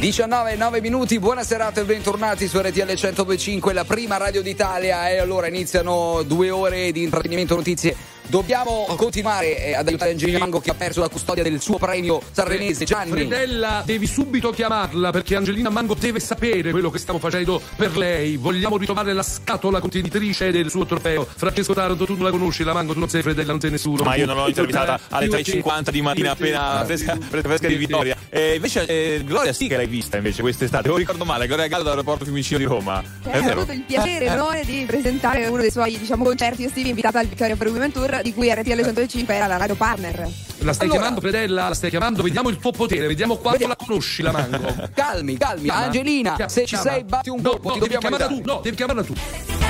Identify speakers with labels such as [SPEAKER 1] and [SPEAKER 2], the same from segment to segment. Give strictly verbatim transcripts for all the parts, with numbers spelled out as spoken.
[SPEAKER 1] diciannove e nove minuti, buona serata e bentornati su R T L centodue e cinque, la prima radio d'Italia. E allora iniziano due ore di intrattenimento, notizie. Dobbiamo continuare ad aiutare Angelina Mango, che ha perso la custodia del suo premio sanremese. Gianni,
[SPEAKER 2] Fredella, devi subito chiamarla, perché Angelina Mango deve sapere quello che stiamo facendo per lei. Vogliamo ritrovare la scatola contenitrice del suo trofeo. Francesco Taranto, tu non la conosci, la Mango, tu non sei Fredella, non sei nessuno.
[SPEAKER 3] Ma io non l'ho intervistata alle tre e cinquanta di mattina, appena fresca, fresca di Vittoria. E invece eh, Gloria sì che l'hai vista invece quest'estate, non ricordo male, Gloria Gallo dall'aeroporto Fiumicino di Roma.
[SPEAKER 4] Che ha avuto il piacere e l'onore di presentare uno dei suoi, diciamo, concerti estivi, invitata al Victoria per Women Tour, di cui R T L centodue e cinque era la radio partner.
[SPEAKER 2] La stai
[SPEAKER 1] allora,
[SPEAKER 2] chiamando, Fredella? La stai chiamando? Vediamo il tuo potere, vediamo quanto vediamo. La conosci, la Mango.
[SPEAKER 1] Calmi, calmi. Chiama. Angelina, chiama. Se ci chiama. sei, batti un colpo.
[SPEAKER 2] No, no,
[SPEAKER 1] ti
[SPEAKER 2] devi
[SPEAKER 1] dobbiamo
[SPEAKER 2] chiamarla
[SPEAKER 1] aiutare.
[SPEAKER 2] tu. No, devi chiamarla tu.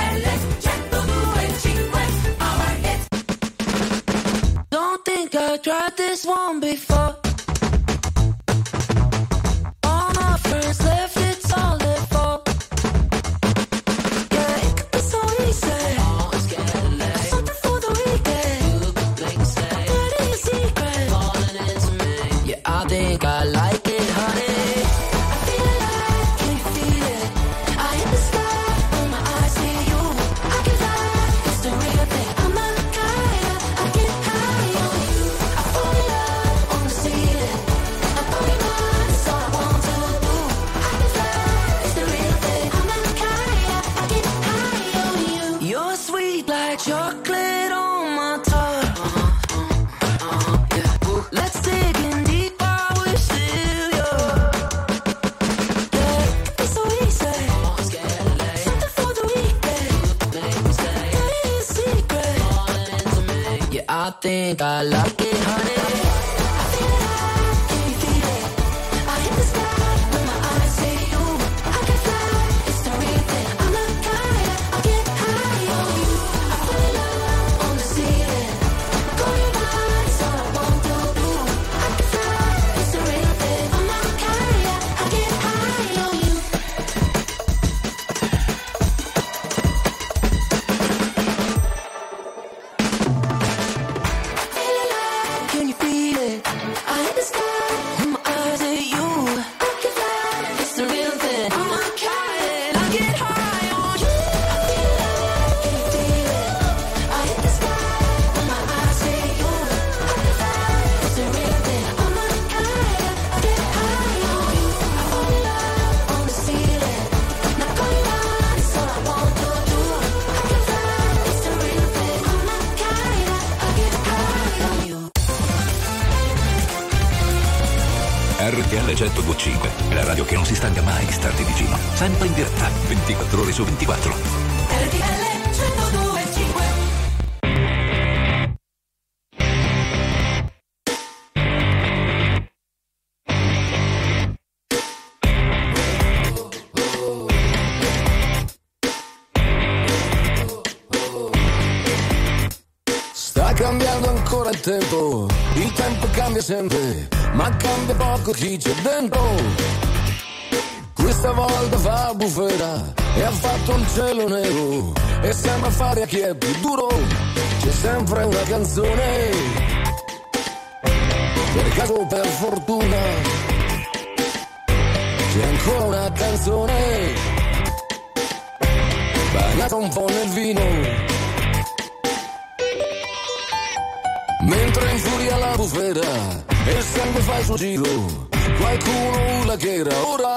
[SPEAKER 5] Don't think I tried this one before. All my friends left, it's all their fault. Yeah, it could be so easy. Something for the weekend. Dirty secret. Falling into me. Yeah, I think I like it, honey. I feel alive, can you feel it? I hit the sky when my eyes see you. I can fly, it's the real thing. I'm not tired, I get high on you. I fall in love on the ceiling. I put my mind, it's all I want to do. I can fly, it's the real thing. I'm not tired, I get high on you. You're sweet like chocolate on my tongue. Uh-huh, uh-huh, yeah. Let's dig in deeper, we're still young. Yeah, it's so easy. Something for the weekend. Dirty secret. Yeah, I think I like it, honey. I feel alive, can you feel it? I hit the sky when my eyes see you. I can fly, it's the real thing. I'm not tired, I get high on you. I fall in love on the ceiling. Call me mine, it's all I want to do. I can fly, it's the real thing. I'm not tired, I get high on you. Feel alive, can you feel it? I hit the sky when my eyes hit you. I can fly, it's the real thing. I'm not tired, I get high on you. I feel alive, can you feel it? I hit the sky when my eyes hit you. I can fly, it's the real thing. I'm not tired, I get high on you. I fall in love on the ceiling. Now call me mine, it's all I want to do. I can fly, it's the real thing. I'm not tired, I get high on you.
[SPEAKER 6] R T L centodue e cinque, la radio che non si stanca mai di starti vicino, sempre in diretta, ventiquattro ore su ventiquattro.
[SPEAKER 5] R T L centodue e cinque.
[SPEAKER 7] Sta cambiando ancora il tempo, il tempo cambia sempre, ma cambia poco chi c'è dentro. Questa volta fa bufera e ha fatto un cielo nero e sembra fare a chi è più duro. C'è sempre una canzone, per caso o per fortuna, c'è ancora una canzone, bagnata un po' nel vino. Mentre infuria la bufera e il sangue fa il suo giro, qualcuno urla che era ora.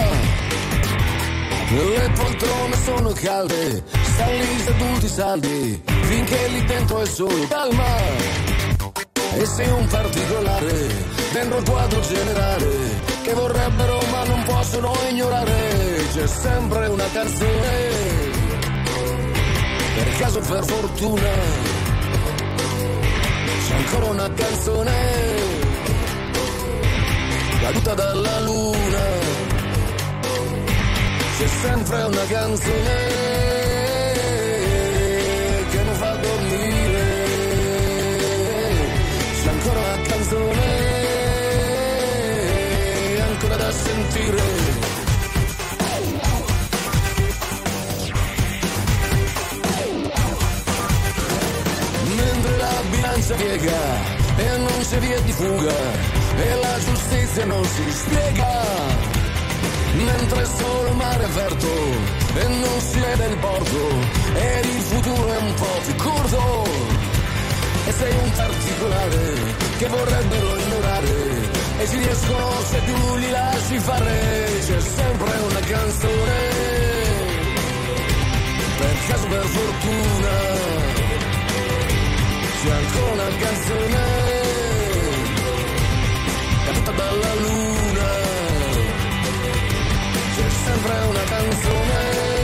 [SPEAKER 7] Le poltrone sono calde, stanno lì seduti saldi, finché lì dentro è solo calma. E sei un particolare dentro il quadro generale, che vorrebbero ma non possono ignorare. C'è sempre una canzone, per caso o per fortuna, c'è ancora una canzone, caduta dalla luna. C'è sempre una canzone che mi fa dormire. C'è ancora una canzone, ancora da sentire. Mentre la bilancia piega e non c'è via di fuga e la giustizia non si spiega, mentre solo mare aperto e non si vede il porto, ed il futuro è un po' più corto, e sei un particolare che vorrebbero ignorare, e ci riescono se tu li lasci fare. C'è sempre una canzone, per caso per fortuna, c'è ancora una canzone caduta dalla luna, c'è sempre una canzone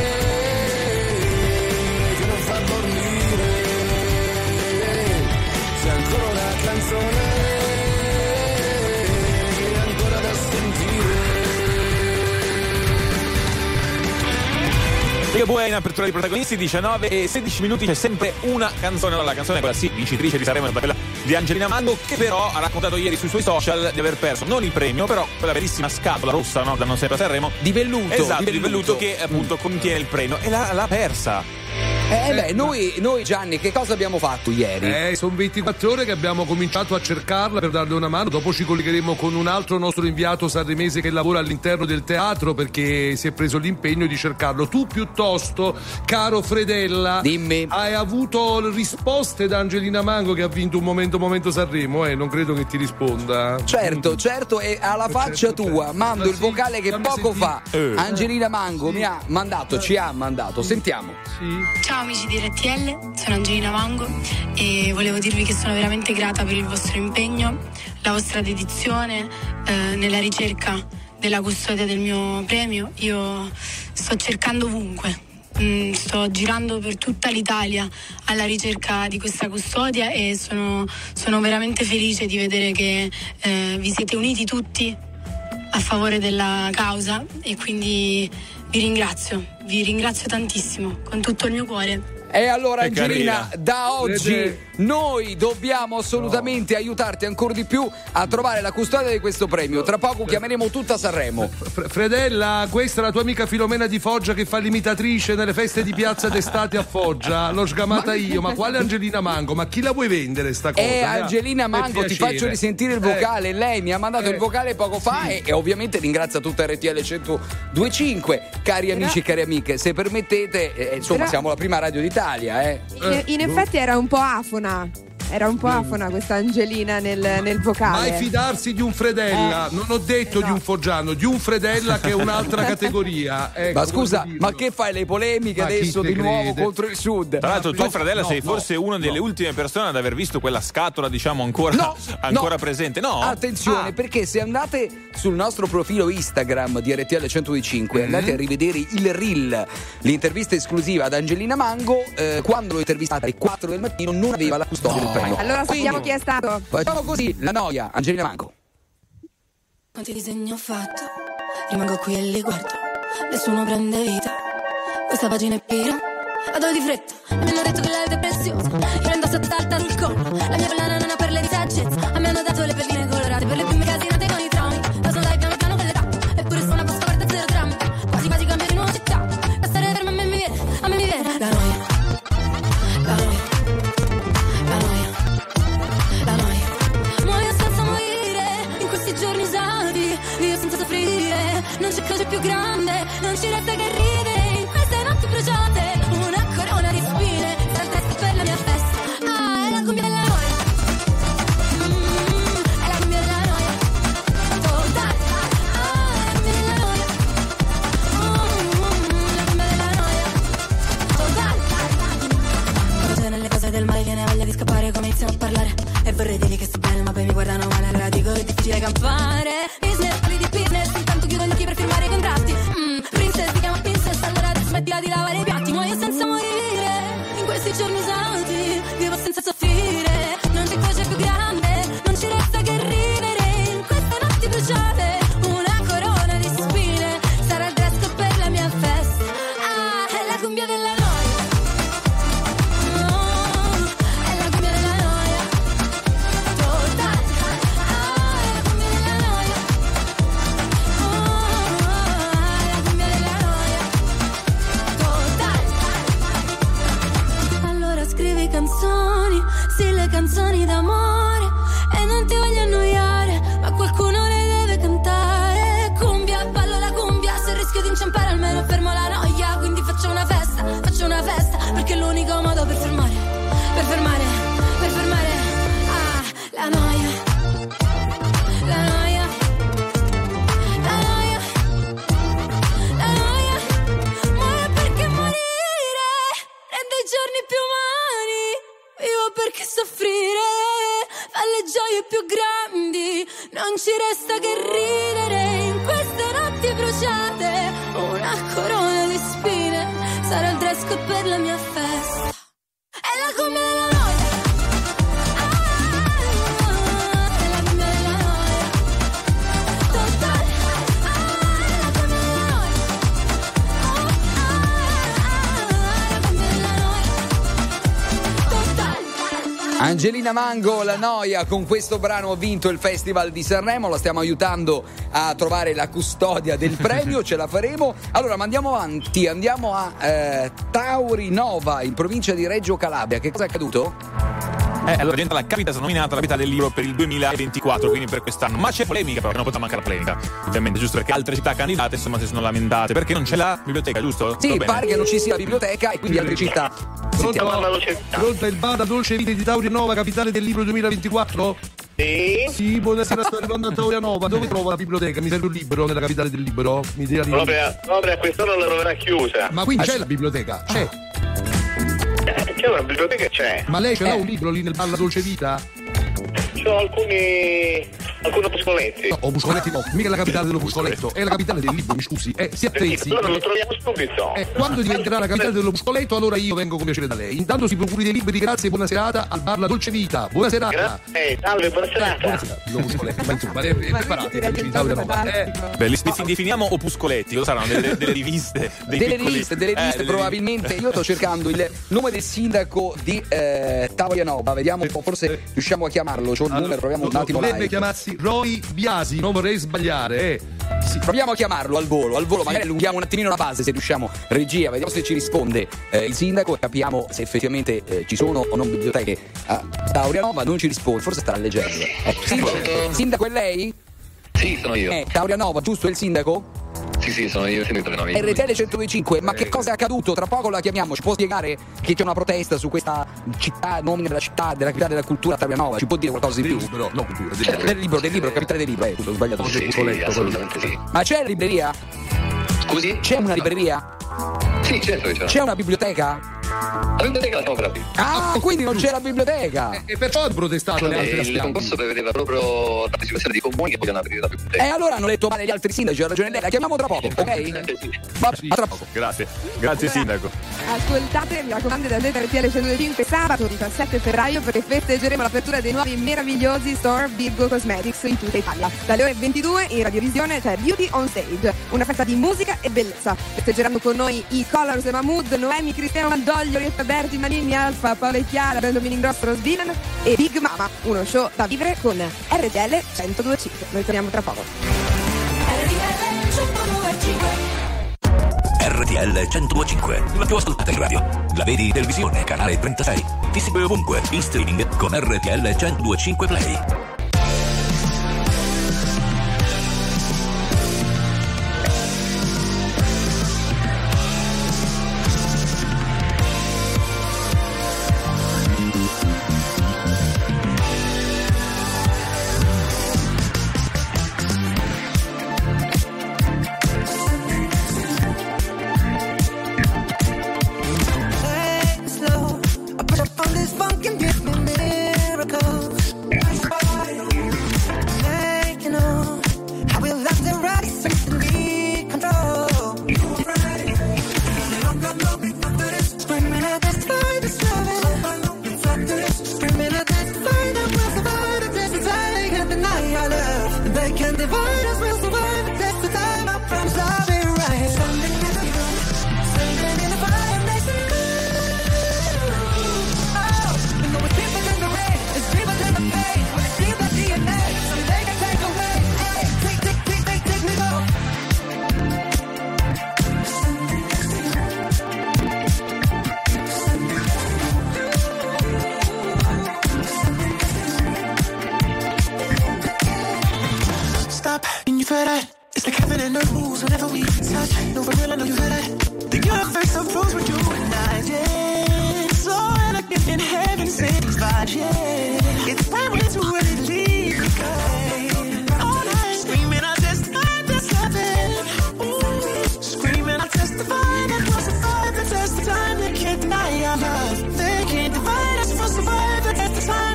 [SPEAKER 7] che non fa dormire, c'è ancora una canzone che è ancora da sentire.
[SPEAKER 3] Che buona in apertura dei protagonisti, diciannove e sedici minuti, c'è sempre una canzone, no, la canzone quella sì, vincitrice di Sanremo, quella di Angelina Mango, che però ha raccontato ieri sui suoi social di aver perso non il premio, però quella bellissima scatola rossa, no, da Non sempre a Sanremo,
[SPEAKER 1] di velluto,
[SPEAKER 3] esatto,
[SPEAKER 1] di
[SPEAKER 3] di
[SPEAKER 1] velluto,
[SPEAKER 3] velluto che appunto contiene il premio, e l'ha, l'ha persa.
[SPEAKER 1] Eh beh, noi, noi Gianni, che cosa abbiamo fatto ieri?
[SPEAKER 2] Eh, sono ventiquattro ore che abbiamo cominciato a cercarla per darle una mano. Dopo ci collegheremo con un altro nostro inviato sanremese che lavora all'interno del teatro, perché si è preso l'impegno di cercarlo. Tu piuttosto, caro Fredella,
[SPEAKER 1] dimmi,
[SPEAKER 2] hai avuto risposte da Angelina Mango, che ha vinto un momento momento Sanremo, eh? Non credo che ti risponda.
[SPEAKER 1] Certo, certo, e alla faccia
[SPEAKER 2] certo,
[SPEAKER 1] tua
[SPEAKER 2] certo.
[SPEAKER 1] mando
[SPEAKER 2] Ma
[SPEAKER 1] il
[SPEAKER 2] sì,
[SPEAKER 1] vocale che
[SPEAKER 2] fammi
[SPEAKER 1] poco
[SPEAKER 2] sentire.
[SPEAKER 1] fa
[SPEAKER 3] Eh.
[SPEAKER 1] Angelina Mango
[SPEAKER 2] Sì.
[SPEAKER 1] mi ha mandato, ci ha mandato. Sentiamo.
[SPEAKER 2] Sì.
[SPEAKER 8] Ciao amici di R T L, sono Angelina Mango e volevo dirvi che sono veramente grata per il vostro impegno, la vostra dedizione eh, nella ricerca della custodia del mio premio. Io sto cercando ovunque, mm, sto girando per tutta l'Italia alla ricerca di questa custodia e sono, sono veramente felice di vedere che eh, vi siete uniti tutti a favore della causa, e quindi vi ringrazio, vi ringrazio tantissimo, con tutto il mio cuore.
[SPEAKER 1] E allora
[SPEAKER 3] Che
[SPEAKER 1] Angelina,
[SPEAKER 3] carina.
[SPEAKER 1] da oggi
[SPEAKER 2] Vede.
[SPEAKER 1] noi dobbiamo assolutamente aiutarti ancora di più a trovare la custodia di questo premio. Tra poco chiameremo tutta Sanremo.
[SPEAKER 2] Fre- Fredella, questa è la tua amica Filomena di Foggia che fa l'imitatrice nelle feste di piazza d'estate a Foggia. L'ho sgamata io, ma quale Angelina Mango? Ma chi la vuoi vendere sta cosa?
[SPEAKER 1] E
[SPEAKER 2] Dai,
[SPEAKER 1] Angelina
[SPEAKER 2] per
[SPEAKER 1] Mango, ti
[SPEAKER 2] piacere.
[SPEAKER 1] faccio risentire il
[SPEAKER 2] Eh,
[SPEAKER 1] vocale. Lei mi ha mandato
[SPEAKER 2] eh,
[SPEAKER 1] il vocale poco fa
[SPEAKER 2] sì.
[SPEAKER 1] e, e ovviamente ringrazia tutta R T L centodue e cinque. Cari amici e cari amiche, se permettete, eh, insomma,
[SPEAKER 4] Però-
[SPEAKER 1] siamo la prima radio d'Italia, eh.
[SPEAKER 4] In, in effetti era un po' afona. Era un po' afona questa Angelina nel, nel vocale.
[SPEAKER 2] Mai fidarsi di un Fredella,
[SPEAKER 4] Eh,
[SPEAKER 2] non ho detto
[SPEAKER 4] no.
[SPEAKER 2] di un foggiano, di un Fredella che è un'altra categoria. Ecco,
[SPEAKER 1] Ma scusa,
[SPEAKER 2] voglio
[SPEAKER 1] ma
[SPEAKER 2] dirlo.
[SPEAKER 1] che fai le polemiche
[SPEAKER 2] Ma chi
[SPEAKER 1] adesso
[SPEAKER 2] te
[SPEAKER 1] di nuovo
[SPEAKER 2] crede?
[SPEAKER 1] contro il Sud?
[SPEAKER 3] Tra l'altro, tu,
[SPEAKER 2] No,
[SPEAKER 3] Fradella,
[SPEAKER 2] no,
[SPEAKER 3] sei
[SPEAKER 2] no,
[SPEAKER 3] forse una delle
[SPEAKER 2] no.
[SPEAKER 3] ultime persone ad aver visto quella scatola, diciamo, ancora,
[SPEAKER 1] No,
[SPEAKER 3] ancora
[SPEAKER 1] no.
[SPEAKER 3] presente. No?
[SPEAKER 1] Attenzione,
[SPEAKER 3] Ah.
[SPEAKER 1] perché se andate sul nostro profilo Instagram di R T L centodue e cinque,
[SPEAKER 3] Mm-hmm.
[SPEAKER 1] andate a rivedere il reel, l'intervista esclusiva ad Angelina Mango, eh, quando l'ho intervistata alle quattro del mattino non aveva la custodia del premio.
[SPEAKER 4] Allora sappiamo
[SPEAKER 1] Quindi,
[SPEAKER 4] chi è stato.
[SPEAKER 1] facciamo così, la noia, Angelina Mango.
[SPEAKER 8] Quanti disegni ho fatto, rimango qui e li guardo, nessuno prende vita, questa pagina è piena, vado di fretta, mi hanno detto che la vita è preziosa, io la indosso tutta alta sul collo, la mia collana non ha perle di saggezza, a me hanno dato le perline colorate per le prime casinate con i traumi, da sola piano piano con le tappe, eppure sono una posta guarda zero dramma, quasi quasi cambio di nuova città, a stare ferma a me mi viene, a me mi viene, la noia, la noia, la noia, la noia, muoio senza morire, in questi giorni usati, vivo senza soffrire, non c'è cosa più grande, non ci resta che ridere, in queste notti bruciate, una corona di spine, tra il testo per la mia festa, ah, è la cumbia della noia, mm, è la cumbia della noia, totale, ah, è la cumbia della noia, mm, la cumbia della noia, totale, quando c'è nelle cose del male viene voglia di scappare come iniziano a parlare, e vorrei dirgli che sto bene ma poi mi guardano male, allora dico che è difficile campare, business, parli di business, intanto chiudo gli occhi per firmare i contratti, mm, princess si chiama princess, allora adesso smettila di lavare i piatti, muoio senza morire, in questi giorni usati, vivo senza soffrire, non c'è cosa più grande, non ci resta che ridere, in queste notti bruciate, una corona di spine, sarà il dress code per la mia festa, ah, è la cumbia della noia, oh, è la cumbia della noia, totale, ah, è la cumbia della noia, oh, è la cumbia della noia, totale. perché soffrire fa le gioie più grandi. Non ci resta che ridere in queste notti bruciate. Una corona di spine sarà il dress code per la mia festa. È la cumbia della noia. Ah, è la cumbia della noia. Total. Ah, è la cumbia della noia. Oh, ah, è la cumbia della noia. Total.
[SPEAKER 1] Angelina Mango, La Noia, con questo brano ha vinto il Festival di Sanremo, la stiamo aiutando a trovare la custodia del premio, ce la faremo. Allora, ma andiamo avanti, andiamo a eh, Taurinova, in provincia di Reggio Calabria. Che cosa è accaduto?
[SPEAKER 3] Eh, allora diventa la capitale, è nominata la capitale del libro per il duemilaventiquattro, quindi per quest'anno. Ma c'è polemica, però, che non poteva mancare la polemica, ovviamente, giusto perché altre città candidate, insomma, si sono lamentate. Perché non c'è la biblioteca, giusto?
[SPEAKER 1] Sì,
[SPEAKER 3] Va
[SPEAKER 1] pare
[SPEAKER 3] bene.
[SPEAKER 1] che non ci sia la biblioteca e quindi altre città.
[SPEAKER 2] Pronto? Pronto il bar Dolce Vita di Taurinova, capitale del libro duemilaventiquattro?
[SPEAKER 9] Sì.
[SPEAKER 2] Sì, buonasera, sto arrivando a Taurinova. Dove trovo la biblioteca? Mi serve un libro nella capitale del libro? Mi dia di...
[SPEAKER 9] Proprio, proprio a quest'ora la troverà chiusa.
[SPEAKER 2] Ma quindi c'è la biblioteca? C'è.
[SPEAKER 9] Eh, C'è una biblioteca, c'è.
[SPEAKER 2] Ma lei ce l'ha
[SPEAKER 1] Eh.
[SPEAKER 2] un libro lì nel bar La Dolce Vita?
[SPEAKER 9] C'ho alcuni. alcuni opuscoletti.
[SPEAKER 2] No, Opuscoletti no, mica la capitale dell'opuscoletto, è la capitale del libro, mi scusi. Eh, si attrezzi.
[SPEAKER 9] Allora lo troviamo subito.
[SPEAKER 2] Eh, quando diventerà la capitale dell'opuscoletto, allora io vengo con piacere da lei. Intanto si procuri dei libri, grazie e buona serata al bar La Dolce Vita. Buona serata.
[SPEAKER 9] Grazie, salve, buona serata.
[SPEAKER 2] Buona serata. L'opuscoletto, ma insomma, è preparati per il Taurinova. Eh,
[SPEAKER 3] Beh, li li definiamo opuscoletti, cosa saranno? Delle, delle riviste, dei
[SPEAKER 1] Delle
[SPEAKER 3] piccoli-
[SPEAKER 1] riviste, delle
[SPEAKER 3] eh,
[SPEAKER 1] riviste
[SPEAKER 3] delle
[SPEAKER 1] probabilmente. Io sto cercando il nome del sindaco di eh, Taurinova, vediamo un po', forse riusciamo a chiamarlo. C'ho il numero, proviamo un attimo
[SPEAKER 2] dovrebbe
[SPEAKER 1] live.
[SPEAKER 2] chiamarsi Roy Biasi, non vorrei sbagliare, eh.
[SPEAKER 1] Sì, proviamo a chiamarlo al volo, al volo, magari allunghiamo un attimino la base se riusciamo. Regia, vediamo se ci risponde eh, il sindaco e capiamo se effettivamente eh, ci sono o non biblioteche a Taurinova. Non ci risponde, forse starà leggendo. Eh, sindaco, sindaco, è lei?
[SPEAKER 10] Sì, sono io.
[SPEAKER 1] Eh, Taurinova, giusto è il sindaco?
[SPEAKER 10] Sì, sì, sono io, sentito le nomi.
[SPEAKER 1] R T L centodue e cinque, ma che cosa è accaduto? Tra poco la chiamiamo, ci può spiegare che c'è una protesta su questa città, nomina della città, della capitale della cultura Taurinova? Ci può dire qualcosa di più?
[SPEAKER 2] Libro, no, cultura, del
[SPEAKER 1] Del libro, del libro, capitale del libro, eh, ho sbagliato.
[SPEAKER 10] Sì, sì, assolutamente sì.
[SPEAKER 1] Ma c'è la libreria?
[SPEAKER 10] Scusi?
[SPEAKER 1] C'è una libreria?
[SPEAKER 10] Sì, certo che c'è.
[SPEAKER 1] C'è una biblioteca?
[SPEAKER 10] La biblioteca la siamo per aprire.
[SPEAKER 1] Ah, quindi non c'è la biblioteca!
[SPEAKER 2] E perciò hanno protestato le altre
[SPEAKER 10] Eh, il
[SPEAKER 2] aspiranti.
[SPEAKER 10] concorso prevedeva proprio la partecipazione di comuni che vogliono aprire la
[SPEAKER 1] E
[SPEAKER 10] biblioteca.
[SPEAKER 1] allora hanno letto male gli altri sindaci, ha ragione lei, la chiamiamo tra poco, ok?
[SPEAKER 10] Eh, sì.
[SPEAKER 1] Va, a tra poco.
[SPEAKER 3] Grazie, grazie sindaco.
[SPEAKER 4] Ascoltate, mi raccomando, da R T L centodue e cinque sabato diciassette febbraio, perché festeggeremo l'apertura dei nuovi meravigliosi store Virgo Cosmetics in tutta Italia. Dalle ore ventidue in radiovisione c'è Beauty on Stage, una festa di musica e bellezza. Festeggeranno con noi i Colors e Mahmood, Noemi, Cristiano Mandoglio, Orietta Berti, Manini, Alfa, Paola e Chiara, Brando Miningrosso, Rose Dylan e Big Mama. Uno show da vivere con R T L centodue e cinque. Noi torniamo tra poco.
[SPEAKER 6] R T L centodue e cinque, la più ascoltata in radio. La vedi in televisione, canale trentasei. Ti segue ovunque, in streaming con R T L centodue e cinque Play.
[SPEAKER 11] It's like heaven and earth moves whenever we touch. No, for real, I know you heard that. The universe approves what you and I did. So elegant in heaven, city's vibes, yeah. It's time we're too early to leave. All night, screaming, I testify, that's nothing. Ooh, screaming, I testify, that we'll survive the test of time. They can't deny our love. They can't divide us, we'll survive the test.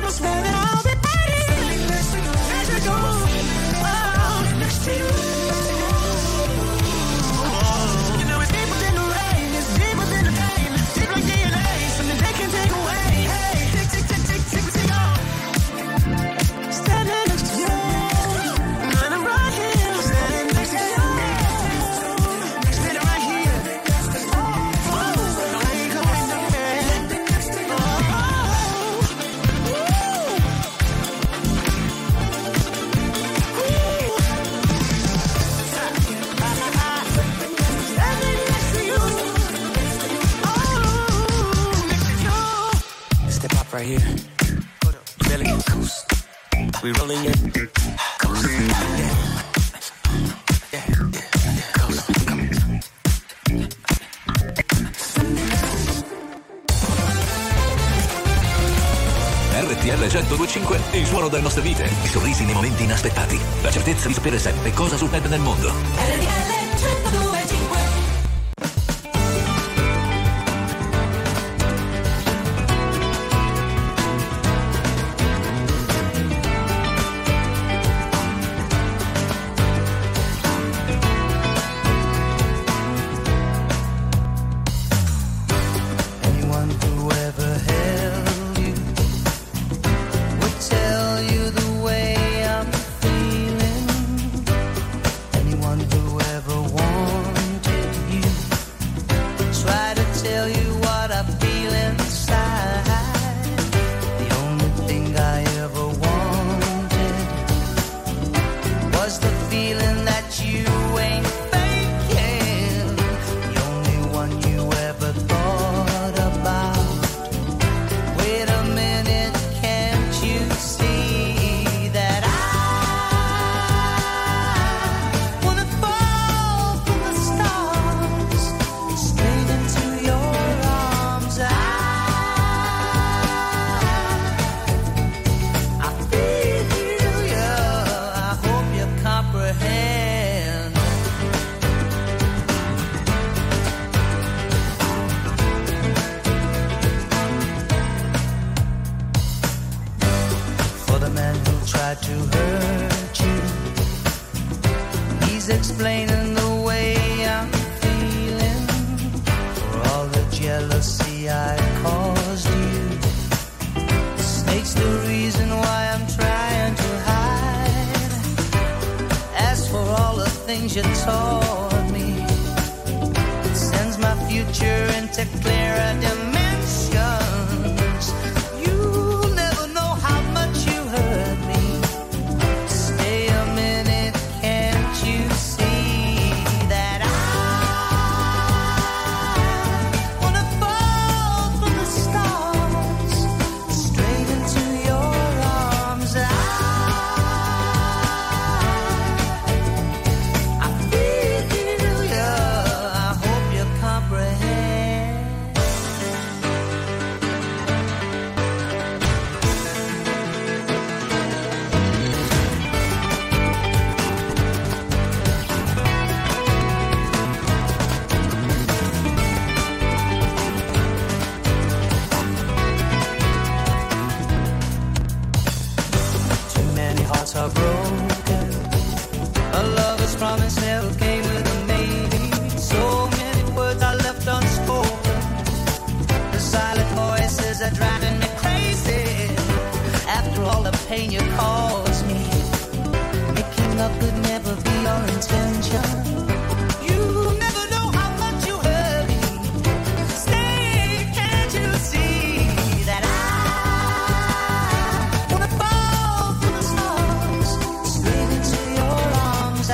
[SPEAKER 11] I swear that I'll be waiting next to you, next to you, oh, next to you. You know it's deeper than the rain, it's deeper than the pain, deep like D N A, something they can take away. Hey, tick, tick, tick, tick, tick, tick, oh. Standing next to you, and I'm right here, standing next to you, standing right here. Oh, I ain't going nowhere.
[SPEAKER 12] Step up right here. Belly coast. We rolling it. Coast. Yeah. Yeah. Yeah. Coast. Come on.
[SPEAKER 6] R T L centodue e cinque è il suono delle nostre vite, i sorrisi nei momenti inaspettati, la certezza di sapere sempre cosa succede nel mondo.
[SPEAKER 5] R T L centodue e cinque.
[SPEAKER 11] Anyone who ever held you would tell you the way I'm feeling. Anyone who ever wanted you try to tell you what I feel inside. The only thing I ever wanted was the feeling that you ain't faking. The only one you ever thought about. Wait a minute, can't you see that I wanna fall from the stars straight into your arms? I, I feel you. I hope you comprehend. For the man who tried to hurt you, he's explaining the way I'm feeling. For all the jealousy I caused you, the snake's the reason why I'm trying to hide. As for all the things you taught me, it sends my future into clearer dimensions. You'll never know how much you hurt me. Stay a minute, can't you see that I wanna fall from the stars straight into your arms? I, I feel you. I hope you comprehend. Too many hearts are broken. A lover's promise never came with a maybe. So many words are left unspoken. The silent voices are driving me crazy. After all the pain you caused me, making up could never be your intention. You never know how much you hurt me. Stay, can't you see that I wanna fall from the stars straight into your arms? I,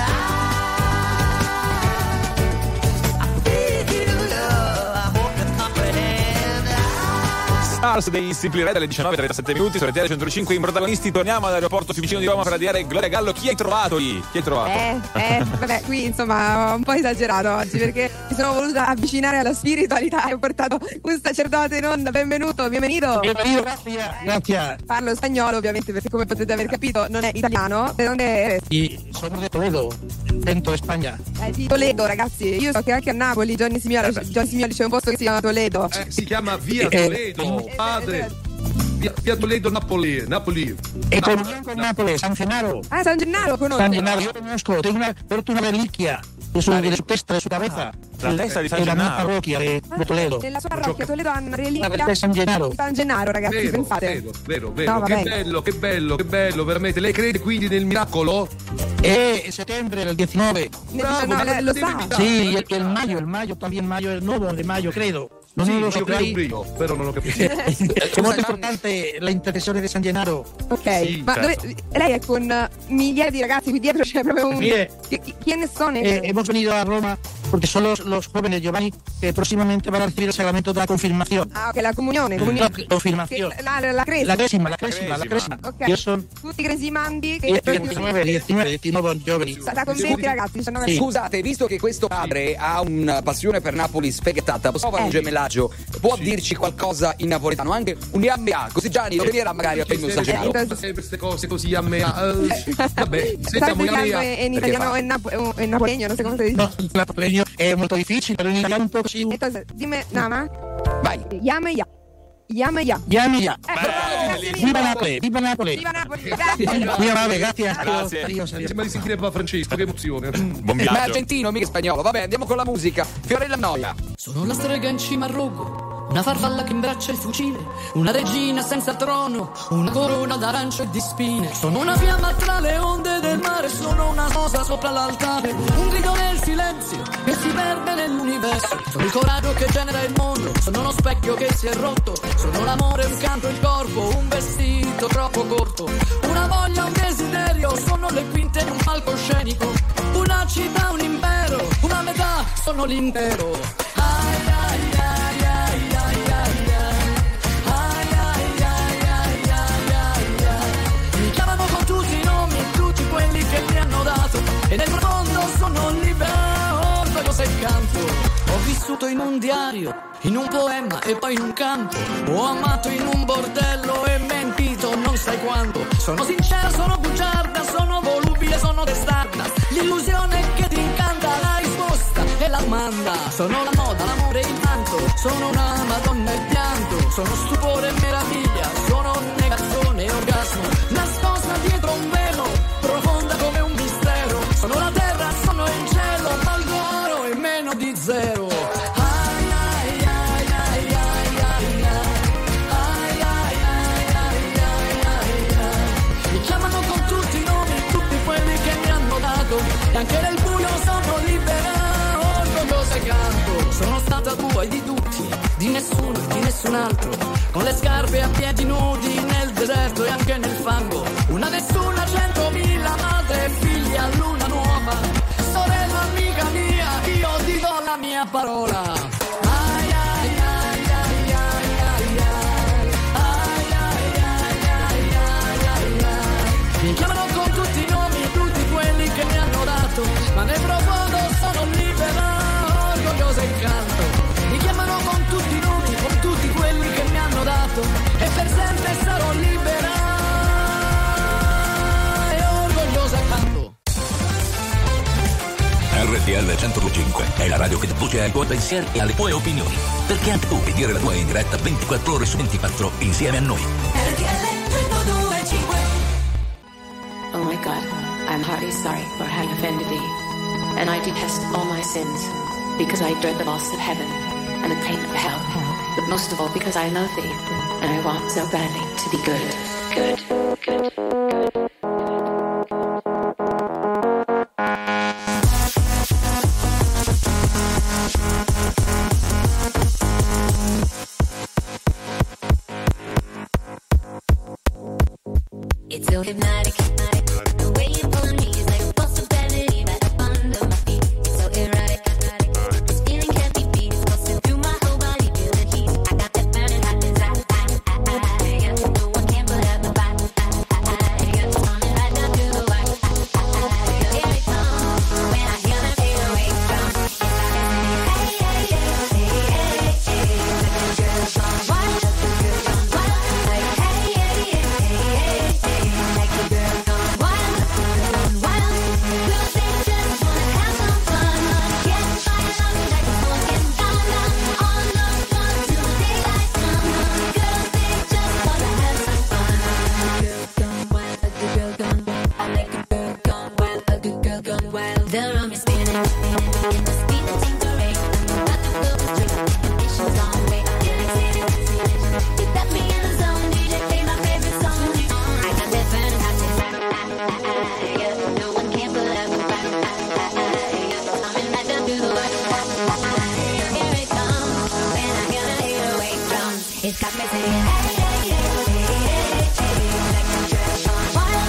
[SPEAKER 11] I feel you, love. I hope you comprehend.
[SPEAKER 3] Stars dei Simply Red alle diciannove e trentasette minuti su R T L centodue e cinque. In protagonisti torniamo all'aeroporto Fiumicino di Roma per avviare Gloria Gallo. Chi hai trovato lì? Chi hai trovato?
[SPEAKER 4] Eh, eh, vabbè, qui insomma ho un po' esagerato oggi perché mi sono voluta avvicinare alla spiritualità e ho portato un sacerdote in onda. Benvenuto, bienvenido.
[SPEAKER 13] Bienvenido, grazie. Grazie.
[SPEAKER 4] Parlo spagnolo ovviamente perché come potete aver capito non è italiano. ¿De dónde eres?
[SPEAKER 13] Y somos de Toledo, dentro de España.
[SPEAKER 4] Eh, di Toledo, ragazzi. Io so che anche a Napoli Johnny Simioli, Johnny Simioli c'è un posto che si chiama Toledo.
[SPEAKER 2] Eh, si chiama Via
[SPEAKER 13] Eh,
[SPEAKER 2] Toledo,
[SPEAKER 13] eh,
[SPEAKER 2] padre. via, via Toledo, Napoli, Napoli.
[SPEAKER 13] E con, con Napoli, San Gennaro.
[SPEAKER 4] Ah, San Gennaro conosco.
[SPEAKER 13] San Gennaro, yo conozco, tengo una, pero una reliquia de su, de su testa, de su cabeza.
[SPEAKER 3] La testa di San
[SPEAKER 13] de la mia
[SPEAKER 3] Gennaro.
[SPEAKER 13] parrocchia de, de Toledo.
[SPEAKER 4] Nella sua parrocchia Toledo hanno una
[SPEAKER 13] La
[SPEAKER 4] reliquia
[SPEAKER 13] verità è San Gennaro.
[SPEAKER 4] San Gennaro, ragazzi,
[SPEAKER 2] Vero,
[SPEAKER 4] pensate.
[SPEAKER 2] vero, vero, vero.
[SPEAKER 4] No,
[SPEAKER 2] che
[SPEAKER 4] vabbè.
[SPEAKER 2] bello, che bello, che bello, veramente. Lei crede quindi nel miracolo?
[SPEAKER 13] Eh, settembre del diecinuove.
[SPEAKER 2] Bravo,
[SPEAKER 4] no,
[SPEAKER 2] ma
[SPEAKER 4] no, lo sa.
[SPEAKER 13] Sí, y el, el mayo, el mayo, también mayo, el nuevo de mayo, credo. Non
[SPEAKER 2] Sì,
[SPEAKER 13] lo
[SPEAKER 2] io
[SPEAKER 13] so,
[SPEAKER 2] credo
[SPEAKER 13] ahí.
[SPEAKER 2] pure io, però non ho capito.
[SPEAKER 13] È molto importante la intercessione di San Gennaro.
[SPEAKER 4] Ok,
[SPEAKER 2] Sì,
[SPEAKER 4] ma
[SPEAKER 2] certo.
[SPEAKER 4] dove, lei è con uh, migliaia di ragazzi qui dietro, c'è proprio un...
[SPEAKER 13] Mire.
[SPEAKER 4] Chi- chi- ¿Quiénes son?
[SPEAKER 13] Eh, hemos venido a Roma porque son los, los jóvenes Giovanni que próximamente van a recibir el sacramento de la confirmación.
[SPEAKER 4] Ah, ok, la comunione. comunione.
[SPEAKER 13] La confirmación.
[SPEAKER 4] Che- La, la, la cresima.
[SPEAKER 13] La cresima, la cresima, la cresima.
[SPEAKER 4] Ok.
[SPEAKER 13] Io sono
[SPEAKER 4] Tutti i cresimandi che...
[SPEAKER 13] diciannove, diciannove, diciannove giovani.
[SPEAKER 4] Sta con venti ragazzi, diciannove
[SPEAKER 13] Sì.
[SPEAKER 1] Scusate, visto che questo padre ha una passione per Napoli speghettata, possiamo fare un
[SPEAKER 4] Eh.
[SPEAKER 1] gemellaggio? Può dirci qualcosa in napoletano? Anche un yamea, così Gianni lo veniva magari a prendere un
[SPEAKER 2] Sempre
[SPEAKER 1] saggio.
[SPEAKER 2] sempre queste cose così a me. eh, Vabbè,
[SPEAKER 4] Stai
[SPEAKER 2] sentiamo
[SPEAKER 4] spiegando
[SPEAKER 2] Iamea.
[SPEAKER 4] en
[SPEAKER 1] Perché
[SPEAKER 4] italiano
[SPEAKER 1] fa?
[SPEAKER 4] o en, nap- o en napoleño, no sé cómo se dice.
[SPEAKER 13] No, il napoleño è molto difficile, però in italiano un po' così.
[SPEAKER 4] Entonces, dime nada más.
[SPEAKER 1] Vai.
[SPEAKER 4] Llame ya. Llame ya.
[SPEAKER 13] Llame ya.
[SPEAKER 4] Eh, grazie mille.
[SPEAKER 13] Viva Napoli, viva Napoli.
[SPEAKER 4] Viva Napoli, grazie.
[SPEAKER 13] Viva Napoli, grazie.
[SPEAKER 3] Grazie.
[SPEAKER 13] Adios, adios.
[SPEAKER 2] Sembra di sentire Papa Francesco, che emozione.
[SPEAKER 3] Buon
[SPEAKER 1] Ma è
[SPEAKER 3] viaggio.
[SPEAKER 1] argentino, mica spagnolo. Vabbè, andiamo con la musica. Fiorella Noia.
[SPEAKER 14] Sono la strega in cima al rogo, una farfalla che imbraccia il fucile, una regina senza trono, una corona d'arancio e di spine. Sono una fiamma tra le onde del mare, sono una rosa sopra l'altare, un grido nel silenzio che si perde nell'universo. Sono il coraggio che genera il mondo, sono uno specchio che si è rotto, sono l'amore, un canto, il corpo, un vestito troppo corto, una voglia, un desiderio, sono le quinte di un palcoscenico, una città, un impero, una metà, sono l'intero. Ai, ai, ai, ai, ai, ai, ai. Ai, ai, ai, ai, ai, ai, ai. Mi chiamano con tutti i nomi e tutti quelli che mi hanno dato, e nel profondo sono libero, orgoglio se canto. Ho vissuto in un diario, in un poema e poi in un canto, ho amato in un bordello e mentito non sai quanto. Sono sincera, sono bugiarda, sono volubile, sono testarda, l'illusione che ti incanta, la risposta è la domanda. Sono la moda, l'amore e il manto, sono una madonna e il pianto, sono stupore e meraviglia, sono negazione e orgasmo, nascosta dietro un velo, profonda come un mistero. Sono la terra, sono il cielo, valgo oro e meno di zero. Ai, ai, ai, ai, ai, ai, ai. Ai, ai, ai, ai, ai, ai, ai. Mi chiamano con tutti i nomi, tutti quelli che mi hanno dato, e anche nel buio sono libera, orgogliosa e canto. Sono stata tua e di tutti, di nessuno e di nessun altro, con le scarpe a piedi nudi nel deserto e anche nel fango. Una nessuna, centomila, madre e figlia, luna nuova, sorella amica mia, io ti do la mia parola. Ai, ai, ai, ai, ai, ai, ai. Ai, ai, ai, ai, ai, ai, ai. Mi chiamano con tutti i nomi, tutti quelli che mi hanno dato, ma nel profondo sono libera, orgogliosa e canto. Mi chiamano con tutti i nomi, con tutti quelli che mi hanno dato, e per sempre sarò libera e orgogliosa e canto.
[SPEAKER 6] R T L centodue e cinque è la radio che ti voce ai tuoi pensieri e alle tue opinioni, perché anche tu puoi dire la tua in diretta ventiquattro ore su ventiquattro insieme a noi.
[SPEAKER 8] R T L centodue e cinque.
[SPEAKER 15] Oh my God, I'm heartily sorry for having offended thee, and I detest all my sins, because I dread the loss of heaven and the pain of hell, but most of all because I love thee, and I want so badly to be good, good, good, good.
[SPEAKER 8] It's so hypnotic, hypnotic. The way you pull me is like a possibility right up under my feet. It's so erotic, erotic. This feeling can't be beat. It's coursing through my whole body, feel the heat. I got that burning hot desire. I, I, I, yeah. No one can put out the fire. I, I, I, yeah. Running right down to the wire. I, I, I, yeah. Here it comes when I hear the eight oh eight drum. Yes, I can say, hey, hey, hey, hey, hey, hey. Let the girls run wild, let the girls run wild. Like, hey, hey, hey, hey, hey, hey. Like the girls gone wild, the girls gone wild. The room is spinning, spinning, the speed of tinkering. Got the wheel is driven, ambition's on the way. You got me in the zone, D J play my favorite song. I got that fantastic, yeah, no one can pull up. I'm in that W. Here it comes, when I hear the eight oh eight drums. It's got me saying, hey, hey, hey, hey, hey, hey, like a church on fire.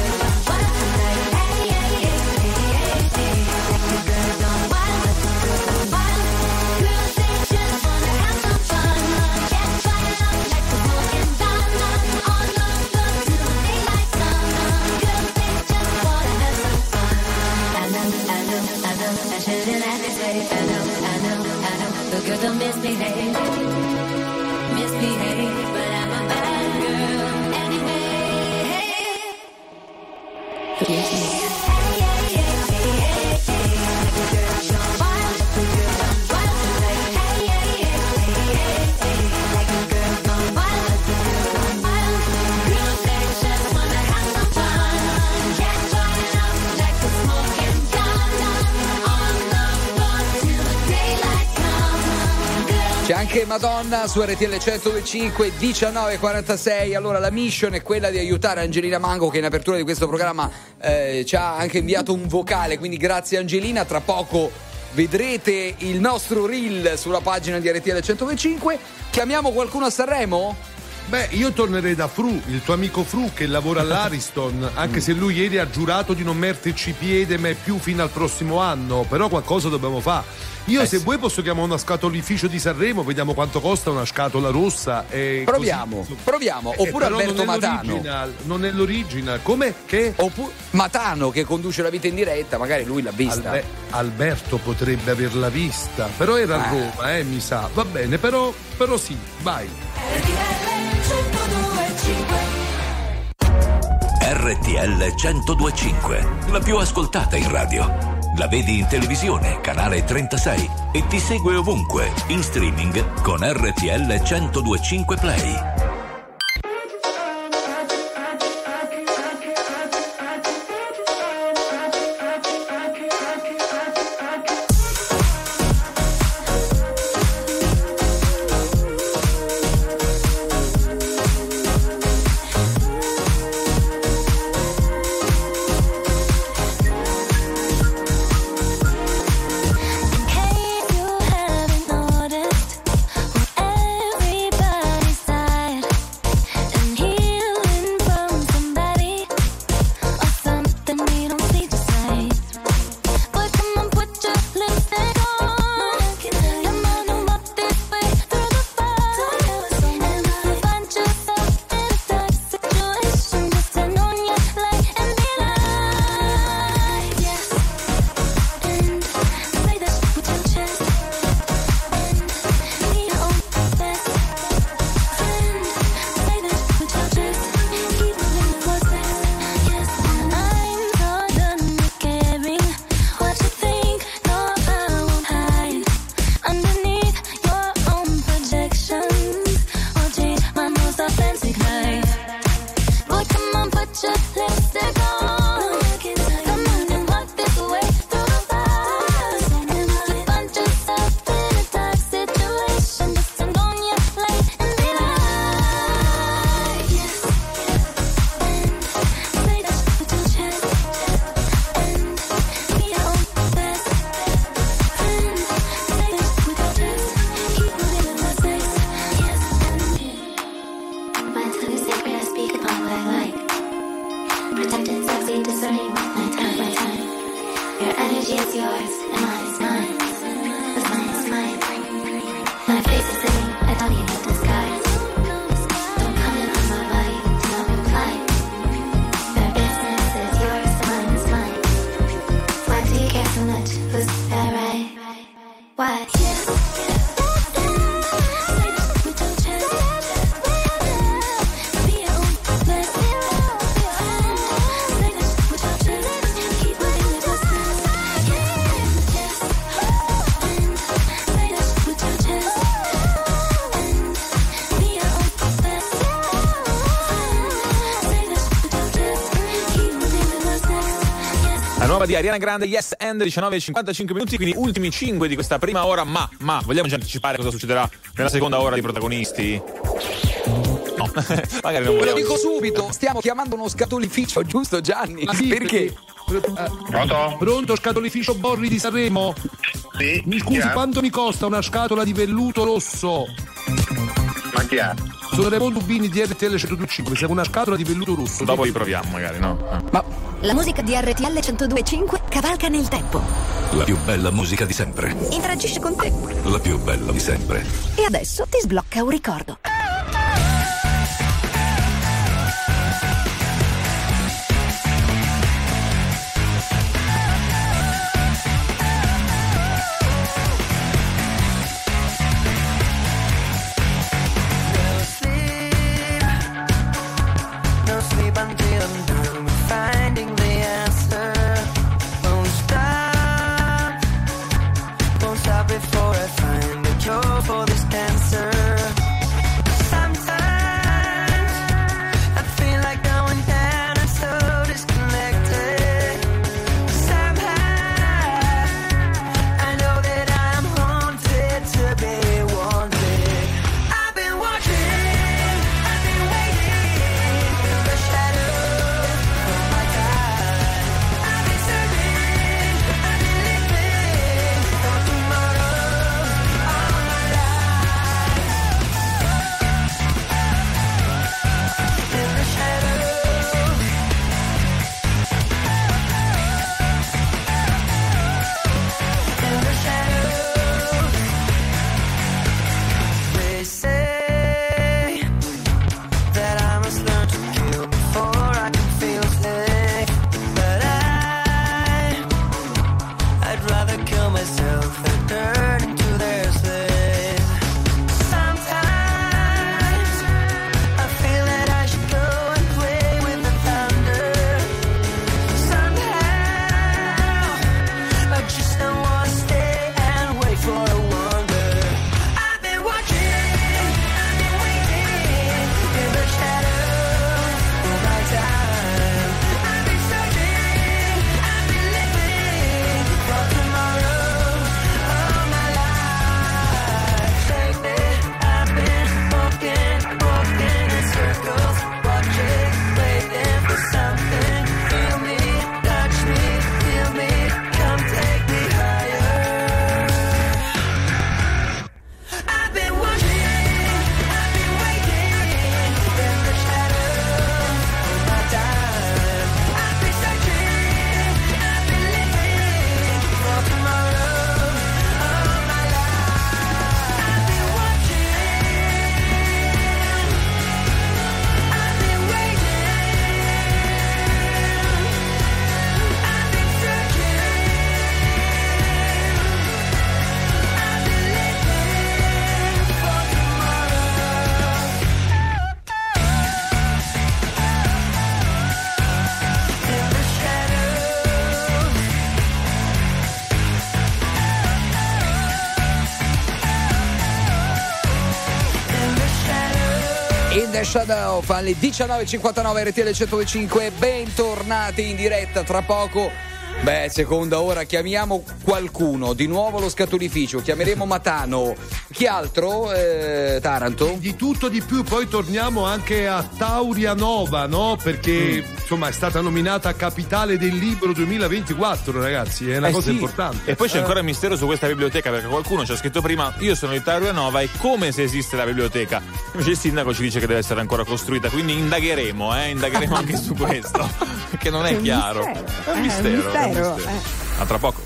[SPEAKER 8] Girls don't misbehave, misbehave, but I'm a bad girl anyway. Forgive me.
[SPEAKER 1] C'è anche Madonna su R T L centodue e cinque, diciannove e quarantasei. Allora la mission è quella di aiutare Angelina Mango, che in apertura di questo programma eh, ci ha anche inviato un vocale, quindi grazie Angelina. Tra poco vedrete il nostro reel sulla pagina di R T L centodue e cinque. Chiamiamo qualcuno a Sanremo?
[SPEAKER 2] Beh, io tornerei da Fru, il tuo amico Fru che lavora all'Ariston, anche se lui ieri ha giurato di non metterci piede mai più fino al prossimo anno, però qualcosa dobbiamo fare. Io eh se sì. vuoi posso chiamare uno scatolificio di Sanremo, vediamo quanto costa una scatola rossa e
[SPEAKER 1] proviamo,
[SPEAKER 2] così.
[SPEAKER 1] proviamo, oppure eh, Alberto
[SPEAKER 2] non
[SPEAKER 1] Matano.
[SPEAKER 2] Non è l'original, come? Che?
[SPEAKER 1] Oppure Matano che conduce la vita in diretta, magari lui l'ha vista.
[SPEAKER 2] Albe- Alberto potrebbe averla vista, però era a Roma, eh, mi sa. Va bene, però, però sì, vai.
[SPEAKER 6] R T L centodue e cinque, la più ascoltata in radio. La vedi in televisione, canale trentasei, e ti segue ovunque, in streaming con R T L centodue e cinque Play.
[SPEAKER 3] Nuova di Ariana Grande, Yes and diciannove e cinquantacinque minuti, quindi ultimi cinque di questa prima ora, ma, ma vogliamo già anticipare cosa succederà nella seconda ora di protagonisti? No, magari non
[SPEAKER 1] Ve
[SPEAKER 3] vogliamo.
[SPEAKER 1] lo dico subito, stiamo chiamando uno scatolificio, giusto Gianni?
[SPEAKER 2] Ah, sì,
[SPEAKER 1] perché?
[SPEAKER 2] Pronto? Pronto, scatolificio Borri di Sanremo?
[SPEAKER 9] Sì.
[SPEAKER 2] Mi scusi,
[SPEAKER 9] chi è?
[SPEAKER 2] quanto mi costa una scatola di velluto rosso?
[SPEAKER 9] Ma chi è?
[SPEAKER 2] Sono Raimondo Dubini di R T L centodue e cinque, serve una scatola di velluto rosso.
[SPEAKER 3] Dopo riproviamo magari, no?
[SPEAKER 1] Ma
[SPEAKER 16] La musica di R T L centodue e cinque cavalca nel tempo.
[SPEAKER 6] La più bella musica di sempre.
[SPEAKER 16] Interagisce con te.
[SPEAKER 6] La più bella di sempre.
[SPEAKER 16] E adesso ti sblocca un ricordo.
[SPEAKER 11] No sleep until I'm done with finding the answer. Won't stop, won't stop before I find a cure for this cancer. Sometimes I feel like going down and so disconnected. Somehow I know that I'm haunted to be wanted. I've been watching, I've been waiting in the shadows of my time. I've been searching, I've been living for tomorrow all my life. In the shadows, in the shadows, they say that I must learn to kill before I can feel safe. But I, I'd rather kill myself than turn into their slave. Sometimes I feel that I should go and play with the thunder. Somehow I just don't want to stay and wait for a wonder. I've been watching, I've been waiting in the shadows of my time. I've been searching, I've been living for tomorrow all my life. Lately I've been walking, walking in circles, watching, waiting for something. Feel me, touch me, feel me, come take me higher. I've been watching, I've been waiting in the shadows of my time. I've been searching, I've been living for tomorrow all my life. I've been watching, I've been waiting, I've been searching, I've been living for tomorrow. In the shadows, in the shadows.
[SPEAKER 1] In the Shadow fa alle diciannove e cinquantanove R T L centodue e cinque, bentornati in diretta. Tra poco, beh, seconda ora, chiamiamo qualcuno, di nuovo lo scatolificio, chiameremo Matano. Chi altro? Eh, Taranto?
[SPEAKER 2] Di tutto di più, poi torniamo anche a Taurianova, no? Perché insomma è stata nominata capitale del libro duemilaventiquattro, ragazzi, è una
[SPEAKER 3] Eh
[SPEAKER 2] cosa
[SPEAKER 3] sì.
[SPEAKER 2] importante.
[SPEAKER 3] E poi c'è
[SPEAKER 2] Eh.
[SPEAKER 3] ancora il mistero su questa biblioteca, perché qualcuno ci ha scritto prima: io sono di Taurianova, è come se esiste la biblioteca. Invece il sindaco ci dice che deve essere ancora costruita, quindi indagheremo, eh? Indagheremo anche su questo, perché non è
[SPEAKER 4] un
[SPEAKER 3] chiaro.
[SPEAKER 4] mistero.
[SPEAKER 3] È un
[SPEAKER 4] Eh,
[SPEAKER 3] mistero,
[SPEAKER 4] un
[SPEAKER 3] è un
[SPEAKER 4] mistero,
[SPEAKER 3] mistero.
[SPEAKER 4] eh.
[SPEAKER 3] A tra poco.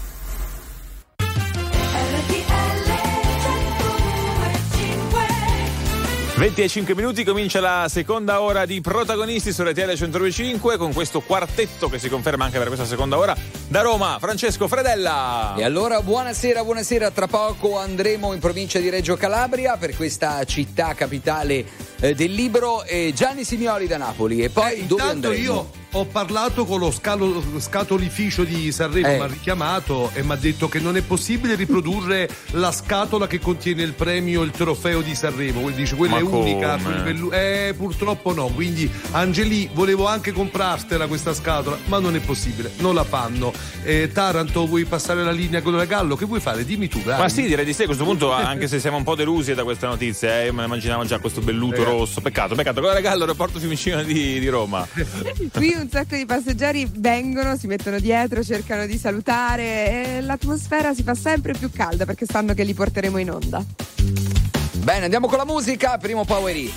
[SPEAKER 3] venti e cinque minuti, comincia la seconda ora di protagonisti su R T L centodue e cinque con questo quartetto che si conferma anche per questa seconda ora. Da Roma, Francesco Fredella.
[SPEAKER 1] E allora buonasera, buonasera. Tra poco andremo in provincia di Reggio Calabria per questa città capitale eh, del libro, e Gianni Simioli da Napoli. E poi
[SPEAKER 2] Eh,
[SPEAKER 1] dove
[SPEAKER 2] intanto
[SPEAKER 1] andremo?
[SPEAKER 2] io ho parlato con lo scalo, scatolificio di Sanremo,
[SPEAKER 1] Eh.
[SPEAKER 2] mi ha richiamato e mi ha detto che non è possibile riprodurre la scatola che contiene il premio, il trofeo di Sanremo. Quindi dice quella
[SPEAKER 3] Ma
[SPEAKER 2] è unica.
[SPEAKER 3] come?
[SPEAKER 2] quel bellu- eh, purtroppo no. Quindi Angeli, volevo anche comprartela questa scatola, ma non è possibile, non la fanno. Eh, Taranto, vuoi passare la linea con la Gallo? Che vuoi fare? Dimmi tu, dai.
[SPEAKER 3] Ma sì, direi di sì a questo punto, anche se siamo un po' delusi da questa notizia, eh, io me la immaginavo già questo belluto
[SPEAKER 2] Eh.
[SPEAKER 3] rosso. Peccato, peccato. Con la Gallo, aeroporto Fiumicino di, di Roma.
[SPEAKER 4] Qui un sacco di passeggeri vengono, si mettono dietro, cercano di salutare e l'atmosfera si fa sempre più calda perché sanno che li porteremo in onda.
[SPEAKER 1] Bene, andiamo con la musica, primo Power Hit.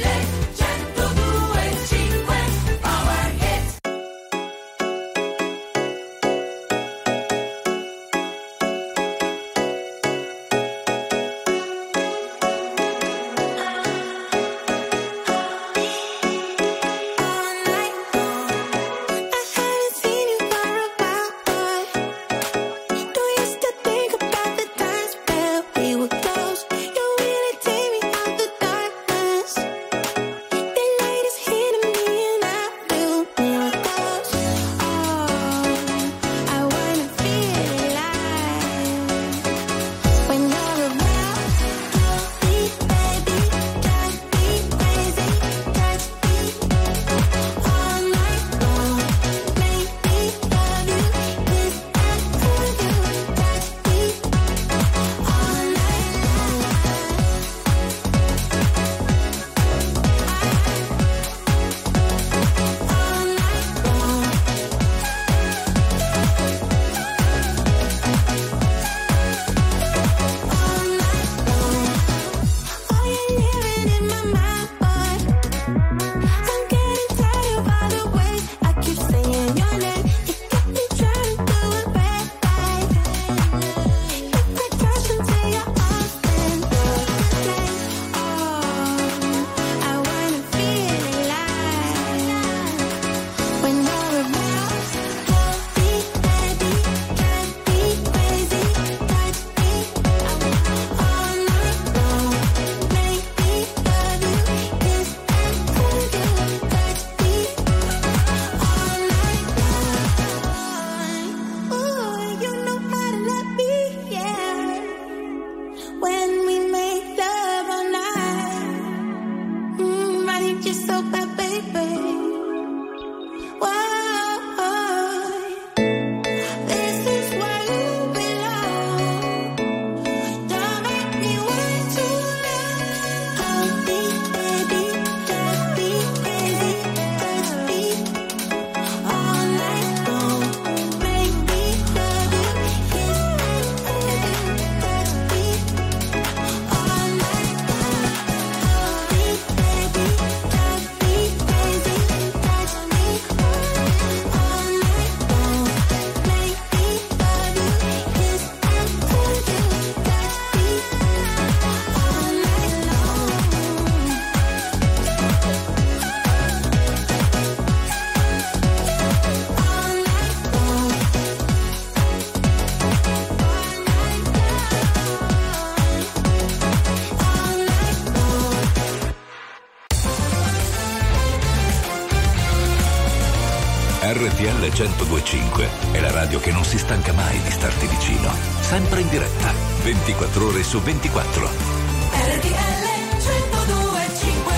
[SPEAKER 6] R T L centodue e cinque è la radio che non si stanca mai di starti vicino. Sempre in diretta, ventiquattro ore su ventiquattro.
[SPEAKER 11] R T L centodue e cinque.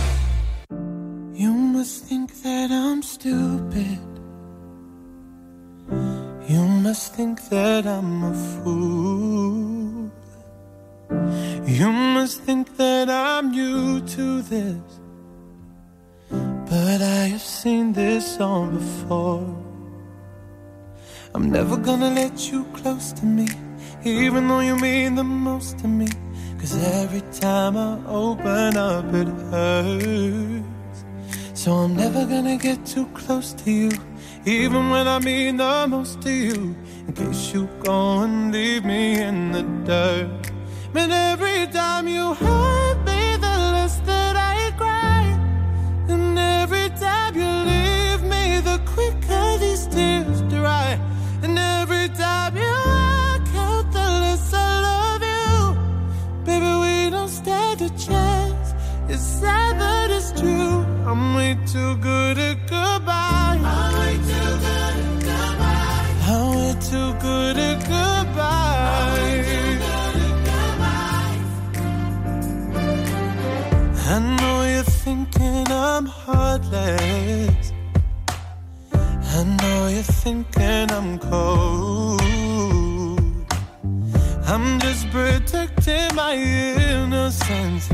[SPEAKER 11] You must think that I'm stupid. You must think that I'm a fool. You must think that I'm new to this. But I have seen this all before. I'm never gonna let you close to me, even though you mean the most to me. Cause every time I open up it hurts. So I'm never gonna get too close to you, even when I mean the most to you. In case you go and leave me in the dirt. And every time you hurt me, the less that I cry. And every time you leave me, the quicker these tears dry. And every time you walk out, the less I love you. Baby, we don't stand a chance. It's sad, but it's true. I'm way too good at goodbye. thinking I'm cold. I'm just protecting my innocence.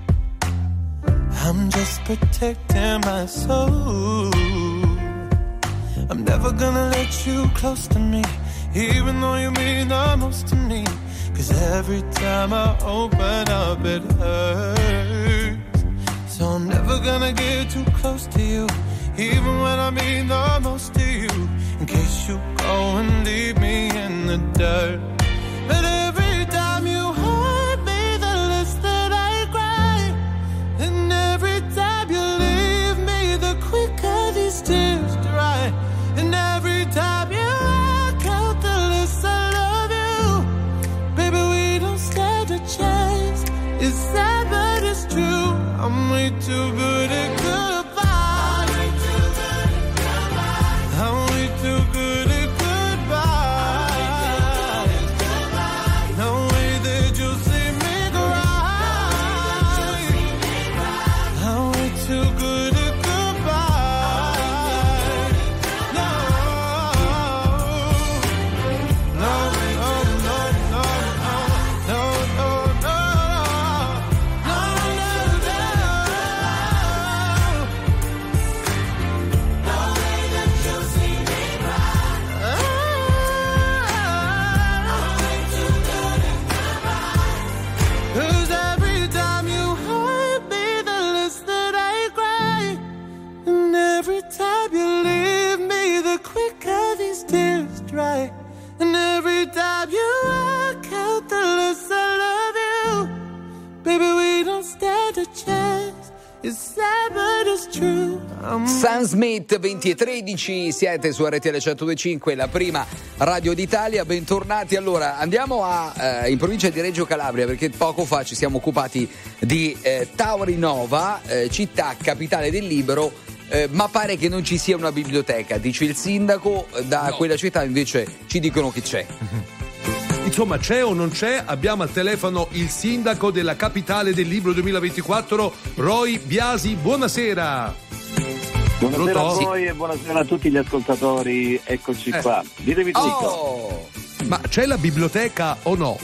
[SPEAKER 11] I'm just protecting my soul. I'm never gonna let you close to me, even though you mean the most to me. Cause every time I open up it hurts. So I'm never gonna get too close to you, even when I mean the most to you. In case you go and leave me in the dirt. But every time you hurt me, the less that I cry. And every time you leave me, the quicker these tears dry. And every time you walk out, the less I love you. Baby, we don't stand a chance. It's sad, but it's true. I'm way too good at goodbye. I'm way too good at goodbye. No way that you'll see me cry. I'm way too good at goodbye. No, no, no, no, no, no, no, no, no, no, no. No way that you'll see me cry. I'm way too good at goodbye. 'Cause every time you hurt me, the less that I cry. And every time you leave me, the quicker these tears dry. And every time you walk out, the less I love you. Baby, we don't stand a chance. It's sad, but it's true. I'm
[SPEAKER 1] Sam Smith, venti e tredici, siete su R T L centodue e cinque, la prima radio d'Italia. Bentornati. Allora, andiamo a, eh, in provincia di Reggio Calabria, perché poco fa ci siamo occupati di eh, Taurinova, eh, città capitale del libro, eh, ma pare che non ci sia una biblioteca, dice il sindaco. Da
[SPEAKER 2] No.
[SPEAKER 1] quella città invece ci dicono che c'è.
[SPEAKER 2] Insomma, c'è o non c'è? Abbiamo al telefono il sindaco della capitale del libro duemilaventiquattro, Roy Biasi. Buonasera.
[SPEAKER 17] Buonasera
[SPEAKER 2] Pronto?
[SPEAKER 17] a voi e buonasera a tutti gli ascoltatori, eccoci
[SPEAKER 2] Eh.
[SPEAKER 17] qua. Ditemi tutto.
[SPEAKER 1] Oh!
[SPEAKER 2] Ma c'è la biblioteca o no?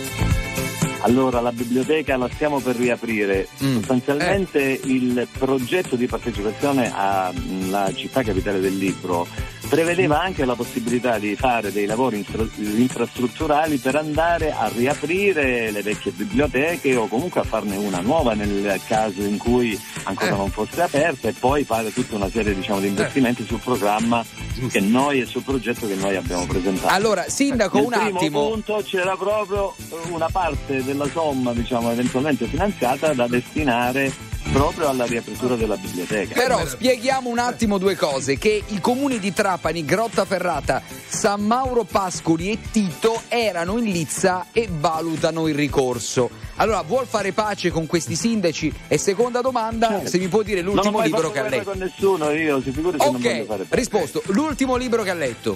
[SPEAKER 17] Allora, la biblioteca la stiamo per riaprire.
[SPEAKER 1] Mm.
[SPEAKER 17] Sostanzialmente il progetto di partecipazione alla città capitale del libro prevedeva anche la possibilità di fare dei lavori infra- infrastrutturali per andare a riaprire le vecchie biblioteche o comunque a farne una nuova nel caso in cui ancora
[SPEAKER 2] Eh.
[SPEAKER 17] non fosse aperta, e poi fare tutta una serie, diciamo, di investimenti sul programma che noi e sul progetto che noi abbiamo presentato.
[SPEAKER 1] Allora, sindaco,
[SPEAKER 17] Nel
[SPEAKER 1] un
[SPEAKER 17] primo
[SPEAKER 1] attimo.
[SPEAKER 17] punto c'era proprio una parte della somma, diciamo, eventualmente finanziata da destinare proprio alla riapertura della biblioteca.
[SPEAKER 1] Però spieghiamo un attimo due cose: che i comuni di Trapani, Grottaferrata, San Mauro Pascoli e Tito erano in lizza e valutano il ricorso. Allora, vuol fare pace con questi sindaci? E seconda domanda,
[SPEAKER 17] Certo.
[SPEAKER 1] se mi può dire
[SPEAKER 17] Non ho
[SPEAKER 1] l'ultimo
[SPEAKER 17] mai
[SPEAKER 1] libro
[SPEAKER 17] fatto
[SPEAKER 1] che ha
[SPEAKER 17] guerra
[SPEAKER 1] letto.
[SPEAKER 17] con nessuno, io si figuri se non voglio
[SPEAKER 1] Ok,
[SPEAKER 17] fare pace.
[SPEAKER 1] risposto. L'ultimo libro che ha letto.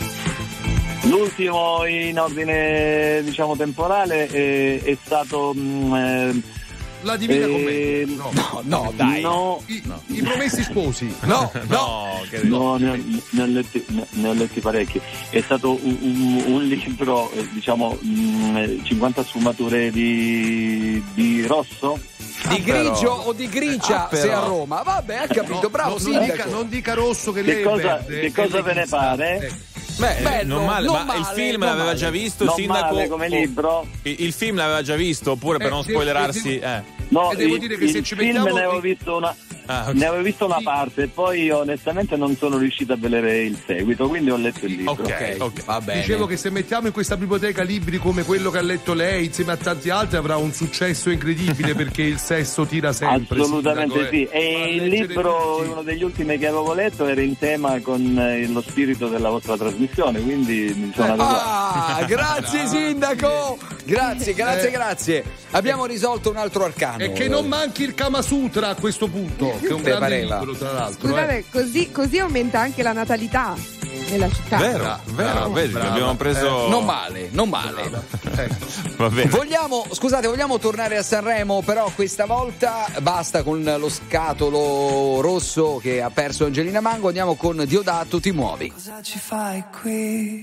[SPEAKER 17] L'ultimo in ordine, diciamo, temporale è, è stato mh, eh,
[SPEAKER 2] La Divina
[SPEAKER 17] eh,
[SPEAKER 2] Commedia. No.
[SPEAKER 1] No, no, dai.
[SPEAKER 17] No,
[SPEAKER 2] I, I Promessi Sposi.
[SPEAKER 1] No, no.
[SPEAKER 3] No, che
[SPEAKER 17] no, ne, ho- ne ho letti, ne, ne ho letti parecchi. È stato un, un- un libro, eh, diciamo, mh, cinquanta sfumature di, di rosso.
[SPEAKER 1] Di
[SPEAKER 3] però.
[SPEAKER 1] grigio o di grigia,
[SPEAKER 3] Ah, però.
[SPEAKER 1] se a Roma. Vabbè, ha capito,
[SPEAKER 2] No,
[SPEAKER 1] bravo
[SPEAKER 2] no, non,
[SPEAKER 1] sindaco.
[SPEAKER 2] dica, non dica rosso che,
[SPEAKER 17] Che
[SPEAKER 2] lei
[SPEAKER 17] cosa-
[SPEAKER 2] è verde.
[SPEAKER 17] che cosa
[SPEAKER 2] è
[SPEAKER 17] ve ne
[SPEAKER 2] leghista.
[SPEAKER 17] pare?
[SPEAKER 2] Eh.
[SPEAKER 1] Beh, bello,
[SPEAKER 3] non male,
[SPEAKER 1] non
[SPEAKER 3] ma il
[SPEAKER 1] male,
[SPEAKER 3] film
[SPEAKER 1] non
[SPEAKER 3] l'aveva
[SPEAKER 1] male.
[SPEAKER 3] già visto,
[SPEAKER 17] Non
[SPEAKER 3] sindaco?
[SPEAKER 17] male come
[SPEAKER 3] O-
[SPEAKER 17] libro.
[SPEAKER 3] Il, il film l'aveva già visto, oppure per
[SPEAKER 2] Eh,
[SPEAKER 3] non
[SPEAKER 2] devo-
[SPEAKER 3] spoilerarsi.
[SPEAKER 2] devo-
[SPEAKER 3] Eh.
[SPEAKER 17] No,
[SPEAKER 2] E devo
[SPEAKER 17] il,
[SPEAKER 2] dire che se
[SPEAKER 17] il
[SPEAKER 2] ci
[SPEAKER 17] film
[SPEAKER 2] mettiamo-
[SPEAKER 17] ne avevo visto una,
[SPEAKER 3] Ah, ok.
[SPEAKER 17] ne avevo visto una
[SPEAKER 2] Sì.
[SPEAKER 17] parte, e poi io onestamente non sono riuscito a vedere il seguito, quindi ho letto il libro.
[SPEAKER 3] Ok, ok.
[SPEAKER 1] Va bene.
[SPEAKER 2] Dicevo che se mettiamo in questa biblioteca libri come quello che ha letto lei insieme a tanti altri avrà un successo incredibile, perché il sesso tira sempre.
[SPEAKER 17] Assolutamente
[SPEAKER 2] sindaco,
[SPEAKER 17] sì.
[SPEAKER 2] eh. Fa
[SPEAKER 17] E il
[SPEAKER 2] leggere
[SPEAKER 17] libro,
[SPEAKER 2] tutti.
[SPEAKER 17] uno degli ultimi che avevo letto, era in tema con eh, lo spirito della vostra trasmissione, quindi mi sono adeguato.
[SPEAKER 1] Ah, grazie sindaco. Grazie, grazie,
[SPEAKER 2] Eh.
[SPEAKER 1] grazie. Abbiamo risolto un altro arcano.
[SPEAKER 2] E che non manchi il Kama Sutra a questo punto, che è un
[SPEAKER 1] Te
[SPEAKER 2] grande
[SPEAKER 1] pareva?
[SPEAKER 2] libro, tra l'altro.
[SPEAKER 4] Scusate,
[SPEAKER 2] eh.
[SPEAKER 4] così, così aumenta anche la natalità. nella città.
[SPEAKER 3] Vero, vero, vedi,
[SPEAKER 1] brava.
[SPEAKER 3] abbiamo preso.
[SPEAKER 1] Eh, non male, non male.
[SPEAKER 3] Va bene.
[SPEAKER 1] Vogliamo, scusate, vogliamo tornare a Sanremo, però questa volta basta con lo scatolo rosso che ha perso Angelina Mango, andiamo con Diodato, Ti muovi.
[SPEAKER 11] Cosa ci fai qui?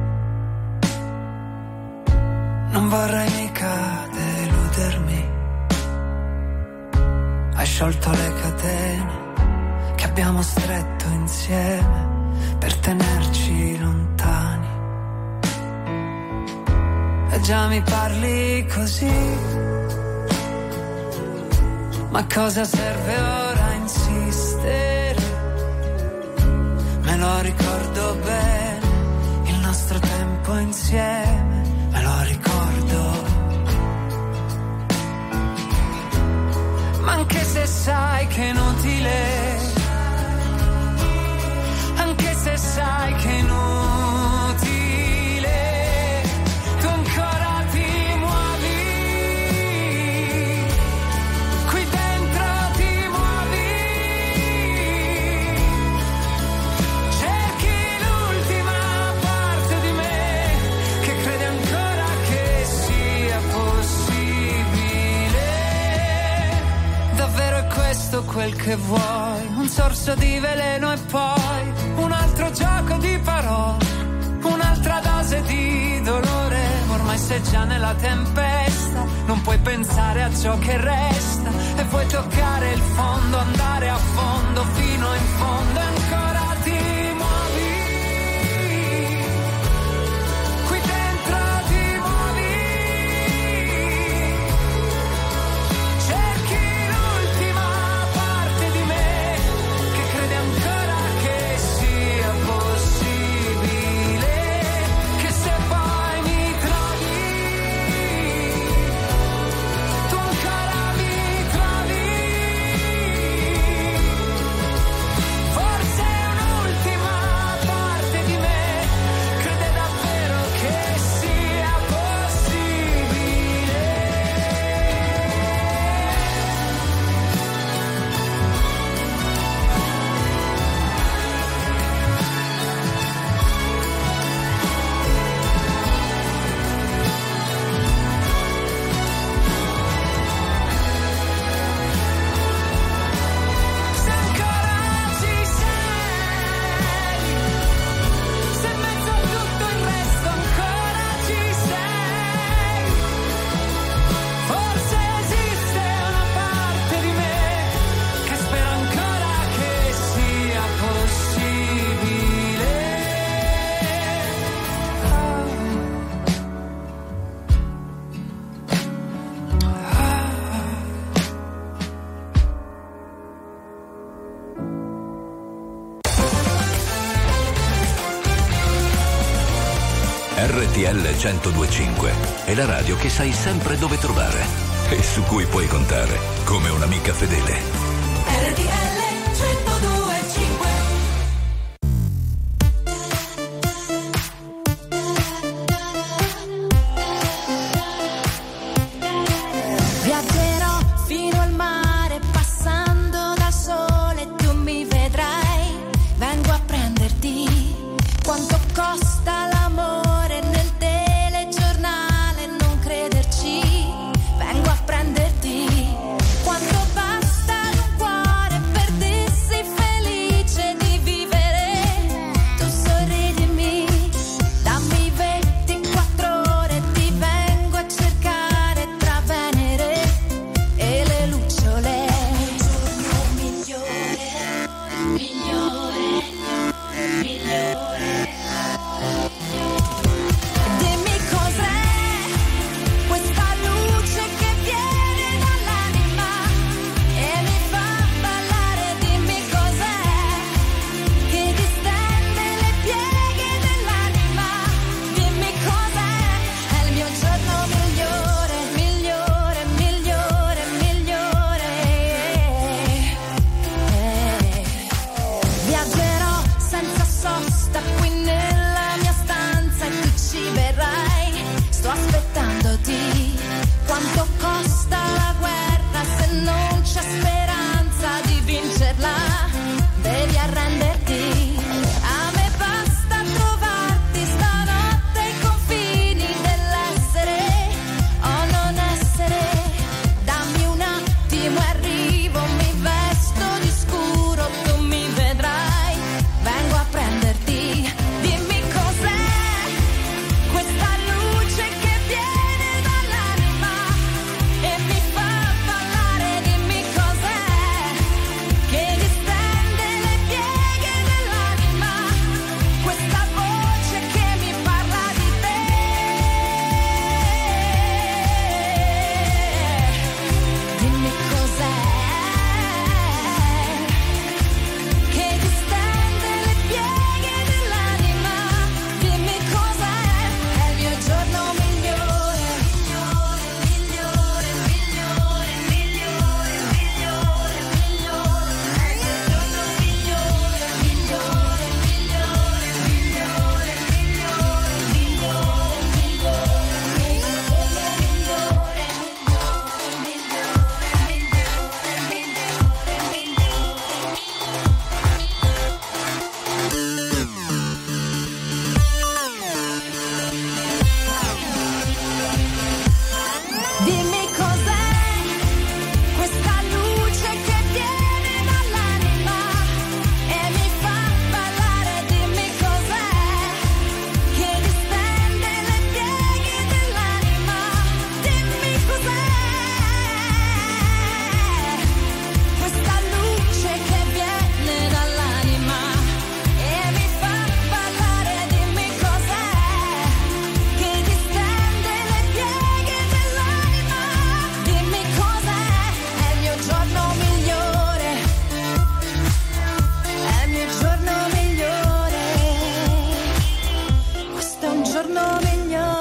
[SPEAKER 11] Non vorrei mica deludermi. Hai sciolto le catene che abbiamo stretto insieme per tenerci lontani. E già mi parli così. Ma cosa serve ora insistere? Me lo ricordo bene, il nostro tempo insieme, me lo ricordo. Ma anche se sai che è inutile, anche se sai che è inutile, tu ancora ti muovi, qui dentro ti muovi, cerchi l'ultima parte di me che crede ancora che sia possibile. Davvero è questo quel che vuoi? Un sorso di veleno e poi un altro gioco di parole, un'altra dose di dolore. Ormai sei già nella tempesta, non puoi pensare a ciò che resta e vuoi toccare il fondo, andare a fondo fino in fondo e ancora ti muovi, qui dentro ti muovi, cerchi l'ultima parte di me che crede ancora che sia possibile, che se poi mi trovi, tu ancora mi trovi, forse un'ultima parte di me crede davvero che sia possibile. Se ancora ci sei, se in mezzo a tutto il resto ancora ci sei, forse esiste una parte di me che spera ancora che sia possibile.
[SPEAKER 6] R T L centodue e cinque è la radio che sai sempre dove trovare e su cui puoi contare come un'amica fedele.
[SPEAKER 5] R T L centodue e cinque.
[SPEAKER 8] Viaggerò fino al mare passando dal sole, tu mi vedrai, vengo a prenderti. Quanto costa l'amore nel telegiornale, non crederci, vengo a prenderti. Quanto basta un cuore per dirsi felice di vivere, tu sorridimi, dammi ventiquattro ore, ti vengo a cercare tra Venere e le lucciole. Migliore, migliore, migliore. Dimmi cos'è questa luce che viene dall'anima e mi fa ballare. Dimmi cos'è che distende le pieghe dell'anima. Dimmi cos'è, è il mio giorno migliore, migliore, migliore, migliore. Viaggerò senza sosta qui nella mia stanza e tu ci verrai, sto aspettandoti. Quanto costa la guerra se non c'è speranza di vincerla? Devi arrenderti, a me basta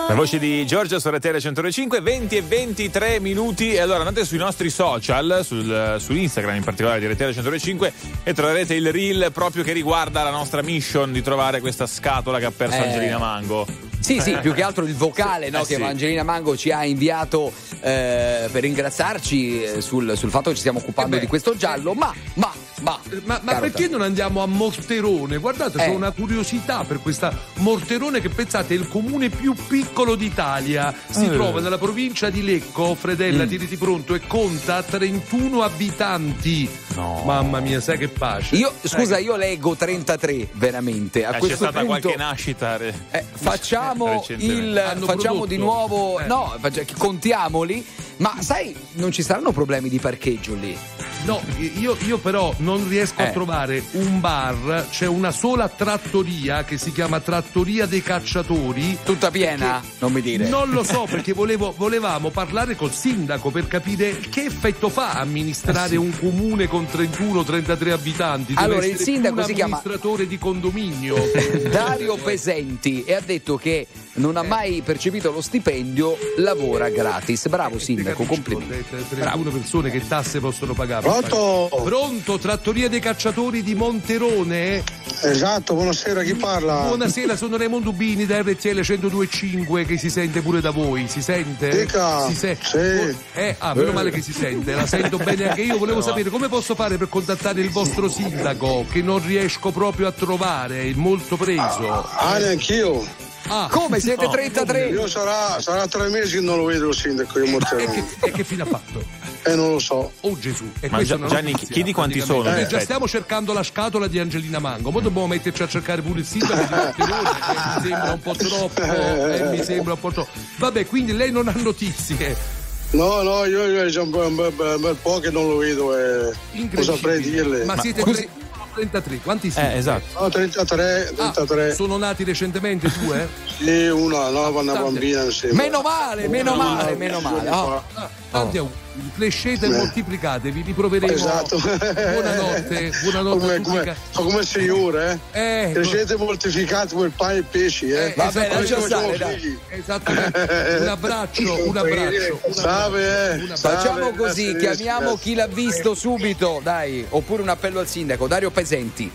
[SPEAKER 3] La voce di Giorgia su R T L centodue e cinque, venti e ventitré minuti. E allora andate sui nostri social, sul, su Instagram in particolare di R T L centodue e cinque, e troverete il reel proprio che riguarda la nostra mission di trovare questa scatola che ha perso
[SPEAKER 1] Eh.
[SPEAKER 3] Angelina Mango.
[SPEAKER 1] Sì, sì, più che altro il vocale
[SPEAKER 3] Sì,
[SPEAKER 1] no,
[SPEAKER 3] eh,
[SPEAKER 1] che
[SPEAKER 3] sì.
[SPEAKER 1] Angelina Mango ci ha inviato eh, per ringraziarci eh, sul, sul fatto che ci stiamo occupando
[SPEAKER 2] Eh beh,
[SPEAKER 1] di questo giallo, ma, ma, ma,
[SPEAKER 2] Ma, ma
[SPEAKER 1] caro
[SPEAKER 2] perché non andiamo a Morterone? Guardate,
[SPEAKER 1] Eh.
[SPEAKER 2] ho una curiosità per questa Morterone, che pensate è il comune più piccolo d'Italia. Si
[SPEAKER 3] Eh.
[SPEAKER 2] trova nella provincia di Lecco, Fredella,
[SPEAKER 1] Mm.
[SPEAKER 2] tiriti pronto, e conta trentuno abitanti.
[SPEAKER 3] No.
[SPEAKER 2] Mamma mia, sai che pace.
[SPEAKER 1] Io,
[SPEAKER 2] Sai
[SPEAKER 1] scusa,
[SPEAKER 2] che-
[SPEAKER 1] io leggo trentatré, veramente. A
[SPEAKER 3] Eh, c'è
[SPEAKER 1] questo
[SPEAKER 3] stata
[SPEAKER 1] punto
[SPEAKER 3] qualche nascita. re-
[SPEAKER 1] eh, facciamo
[SPEAKER 3] recentemente.
[SPEAKER 1] il
[SPEAKER 2] Hanno
[SPEAKER 1] facciamo di
[SPEAKER 2] prodotto.
[SPEAKER 1] nuovo
[SPEAKER 2] Eh.
[SPEAKER 1] no, faccia- contiamoli, ma sai, non ci saranno problemi di parcheggio lì.
[SPEAKER 2] No, io, io però non riesco
[SPEAKER 1] Eh.
[SPEAKER 2] a trovare un bar. C'è una sola trattoria che si chiama Trattoria dei Cacciatori.
[SPEAKER 1] Tutta piena? Non mi dire.
[SPEAKER 2] Non lo so, perché volevo, volevamo parlare col sindaco per capire che effetto fa amministrare un comune con trentuno trentatré abitanti. Deve
[SPEAKER 1] Allora, il
[SPEAKER 2] essere
[SPEAKER 1] sindaco
[SPEAKER 2] più un
[SPEAKER 1] si chiama-
[SPEAKER 2] amministratore di condominio.
[SPEAKER 1] Dario Pesenti, e ha detto che non ha mai percepito lo stipendio, lavora gratis. Bravo sindaco, complimenti.
[SPEAKER 2] trentuno persone che tasse possono pagare.
[SPEAKER 18] Pronto?
[SPEAKER 2] Pronto, Trattoria dei Cacciatori di Monterone?
[SPEAKER 18] Esatto, buonasera, chi parla?
[SPEAKER 2] Buonasera, sono Raimondo Bini da R T L centodue e cinque, che si sente pure da voi. Si sente?
[SPEAKER 18] Dica.
[SPEAKER 2] Si se-
[SPEAKER 18] Sì.
[SPEAKER 2] Eh, ah, meno male che si sente, la sento bene anche io. Volevo sapere come posso fare per contattare il vostro sindaco, che non riesco proprio a trovare, è molto preso.
[SPEAKER 18] Ah, neanch'io.
[SPEAKER 2] Ah,
[SPEAKER 1] Come siete
[SPEAKER 2] no,
[SPEAKER 1] trentatré?
[SPEAKER 18] Io sarà, sarà tre mesi che non lo vedo il sindaco di
[SPEAKER 2] E che,
[SPEAKER 18] Morterone.
[SPEAKER 2] e che fine ha fatto?
[SPEAKER 18] Eh, non lo so.
[SPEAKER 2] Oh Gesù. E
[SPEAKER 3] Ma
[SPEAKER 2] questa
[SPEAKER 3] Gia-
[SPEAKER 2] è una
[SPEAKER 3] Gianni,
[SPEAKER 2] notizia,
[SPEAKER 3] chiedi quanti
[SPEAKER 2] praticamente.
[SPEAKER 3] sono, in
[SPEAKER 2] Eh, già
[SPEAKER 3] effetti.
[SPEAKER 2] stiamo cercando la scatola di Angelina Mango. Ora dobbiamo metterci a cercare pure il sindaco di Monterone, che mi sembra un po' troppo. eh, mi sembra un po' troppo. Vabbè, quindi lei non ha notizie.
[SPEAKER 18] No, no, io, io già un bel, un bel- un bel po' che non lo vedo e non saprei dirle.
[SPEAKER 2] Ma siete tre- trentatré, quanti siete?
[SPEAKER 3] Eh, esatto.
[SPEAKER 18] No, trentatré, trentatré.
[SPEAKER 2] Ah, sono nati recentemente tu, eh?
[SPEAKER 18] Sì, una, no, una bambina insieme.
[SPEAKER 1] Meno male, meno male, meno male. Oh.
[SPEAKER 2] Tanti auguri. Crescete e
[SPEAKER 18] Eh.
[SPEAKER 2] moltiplicatevi, vi proveremo.
[SPEAKER 18] Esatto.
[SPEAKER 2] Buonanotte, buonanotte
[SPEAKER 18] Come,
[SPEAKER 2] a tutti.
[SPEAKER 18] come, come signore, eh?
[SPEAKER 2] Eh,
[SPEAKER 18] Crescete moltificati come il pane e il pesce, eh?
[SPEAKER 2] Eh, Vabbè,
[SPEAKER 18] Come
[SPEAKER 1] lascia
[SPEAKER 18] come
[SPEAKER 1] stare,
[SPEAKER 18] siamo
[SPEAKER 1] dai.
[SPEAKER 18] figli.
[SPEAKER 2] Esattamente. Un abbraccio, un abbraccio. un
[SPEAKER 18] Salve, eh.
[SPEAKER 2] abbraccio.
[SPEAKER 1] Facciamo
[SPEAKER 18] Salve,
[SPEAKER 1] così,
[SPEAKER 18] grazie,
[SPEAKER 1] chiamiamo
[SPEAKER 18] grazie.
[SPEAKER 1] chi l'ha visto subito, dai, oppure un appello al sindaco, Dario Pesenti.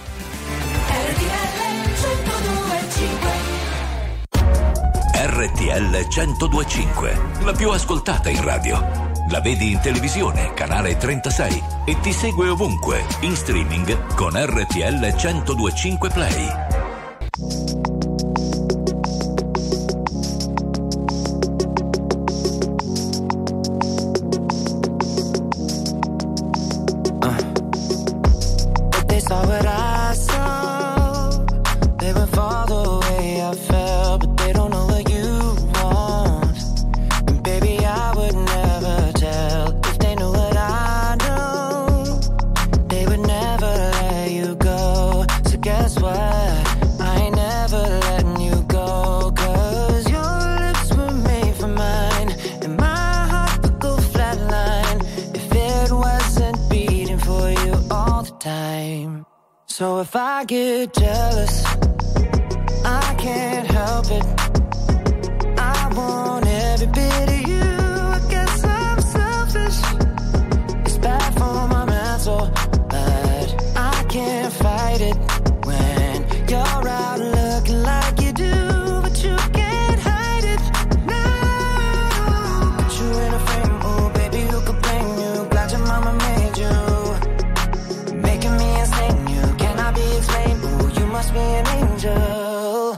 [SPEAKER 6] R T L centodue e cinque, la più ascoltata in radio. La vedi in televisione, canale trentasei, e ti segue ovunque, in streaming con R T L centodue e cinque Play.
[SPEAKER 11] If they saw what I saw, they would fall the way I felt, but they don't know what you want. And baby, I would never tell if they knew what I know. They would never let you go. So guess what? I ain't never letting you go. 'Cause your lips were made for mine, and my heart would go flatline if it wasn't beating for you all the time. So if I get jealous, I can't help it. I want every bit of you. I guess I'm selfish. It's bad for my mental, but I can't fight it when you're out looking like you do, but you can't hide it. No, put you in a frame, oh baby, who could blame you? Glad your mama made you, making me insane. You cannot be explained. Oh, you must be an angel.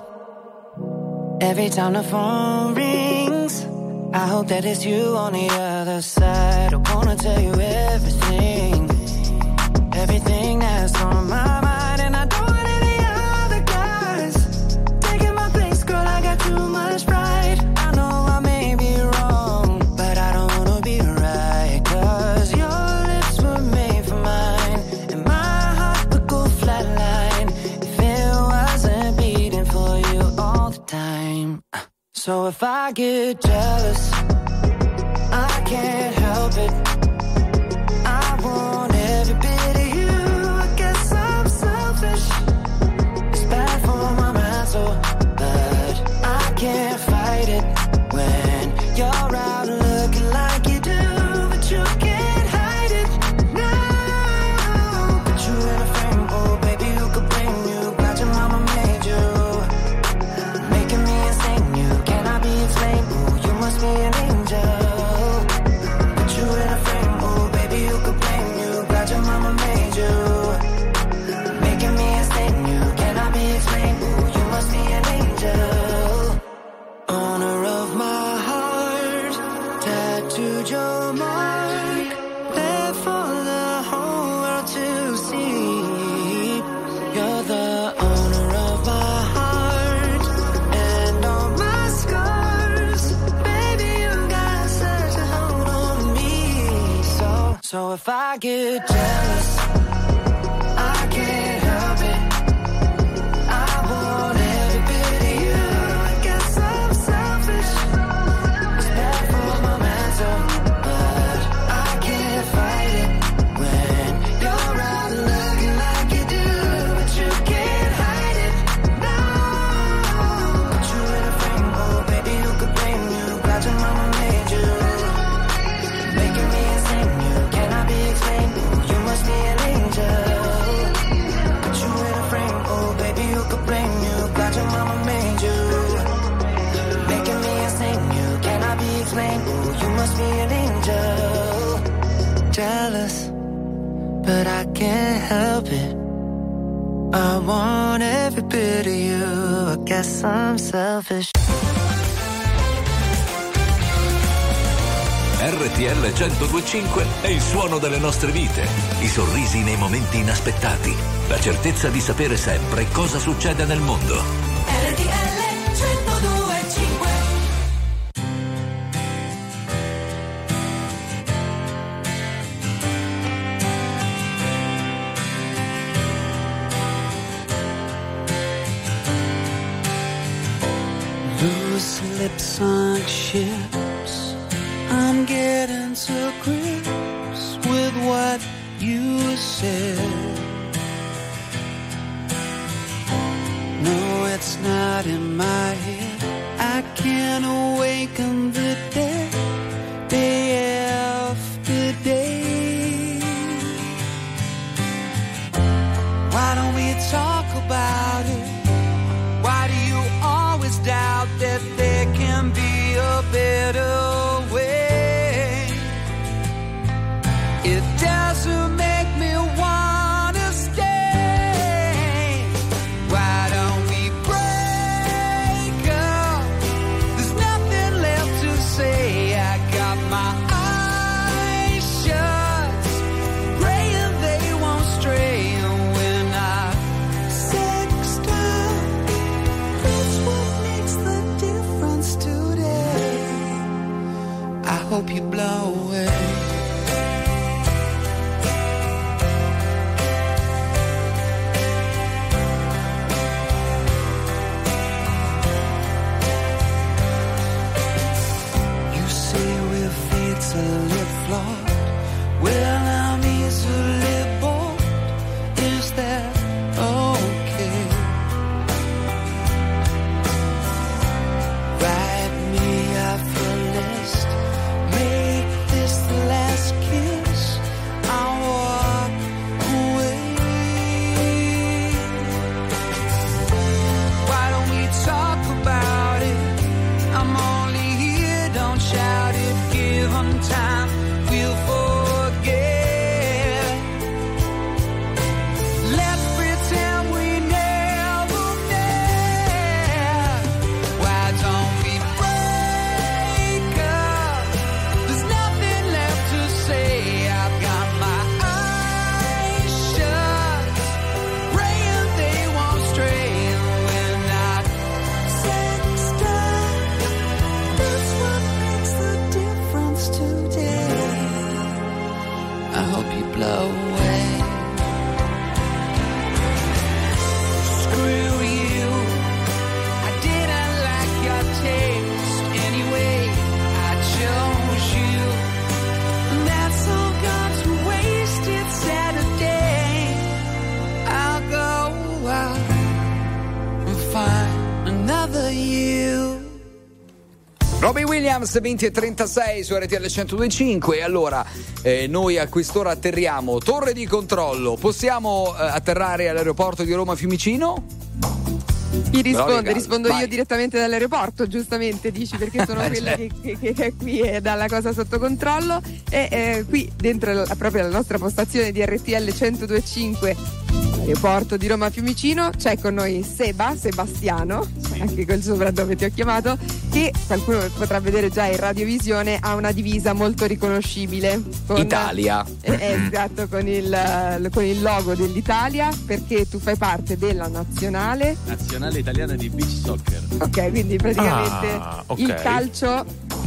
[SPEAKER 11] Every time the phone rings, I hope that it's you on the other side. I wanna tell you everything, everything that's on my mind, and I don't want any other guys taking my place, girl. I got too much pride. I know I may be wrong, but I don't wanna be right. 'Cause your lips were made for mine, and my heart would go flatline if it wasn't beating for you all the time. So if I get jealous, I can't help it. I want every bit of you. I guess I'm selfish. It's bad for my mental, but I can't fight So if I get jealous, I can't help it. I want every bit of you. I guess I'm selfish. It's bad for my mental, but I can't fight it. When you're out looking like you do, but you can't hide it. No, put you in a frame, oh baby, who could blame you? Glad your mama made you, making me insane. You cannot be explained. Ooh, you must be an angel. Put you in a frame, oh baby, who could blame you? Glad your mama made you, making me insane. You cannot be explained. Ooh, you must be an angel. Jealous, but I can't help it. I want every bit of you. I guess I'm selfish.
[SPEAKER 6] R T L centodue e cinque è il suono delle nostre vite, i sorrisi nei momenti inaspettati, la certezza di sapere sempre cosa succede nel mondo.
[SPEAKER 5] R T L centodue e cinque.
[SPEAKER 11] Loose lips on ships. I'm getting to grips with what you said. No, it's not in my head. I can't awaken the dead day after day. Why don't we talk about it? Why do you always doubt that there can be a better way? It doesn't make me wanna stay. Why don't we break up? There's nothing left to say. I got my eyes shut, praying they won't stray. And when I sext up, that's what makes the difference today. I hope you blow away. You say we're fatally flawed. Well, I'm easily bored. Is that okay? Write me off your list. Make this the last kiss. I'll walk away. Why don't we talk about it? I'm only here, don't shout it. Give 'em time, we'll forget. Let's pretend we never met. Why don't we break up? There's nothing left to say. I've got my eyes shut, praying they won't stray. When I sext up, that's what makes the difference today. I hope you blow away. Screw you, I didn't like your taste anyway. I chose you, and that's all gone to waste. It's Saturday. I'll go out and find another you.
[SPEAKER 1] Robbie Williams, venti e trentasei su R T L centodue e cinque. E allora eh, noi a quest'ora atterriamo torre di controllo. Possiamo eh, atterrare all'aeroporto di Roma Fiumicino?
[SPEAKER 4] Chi risponde?
[SPEAKER 1] Veronica,
[SPEAKER 4] Rispondo
[SPEAKER 1] vai.
[SPEAKER 4] io direttamente dall'aeroporto, giustamente dici, perché sono quella che, che, che è qui e dà la cosa sotto controllo. E eh, qui dentro la, proprio la nostra postazione di R T L centodue e cinque, aeroporto di Roma Fiumicino, c'è con noi Seba, Sebastiano, anche col soprannome ti ho chiamato, che qualcuno potrà vedere già in radiovisione, ha una divisa molto riconoscibile. Con,
[SPEAKER 1] Italia.
[SPEAKER 4] Eh, eh, esatto, con il, con il logo dell'Italia, perché tu fai parte della nazionale
[SPEAKER 19] Nazionale italiana di beach soccer.
[SPEAKER 4] Ok, quindi praticamente
[SPEAKER 19] Ah, ok.
[SPEAKER 4] il calcio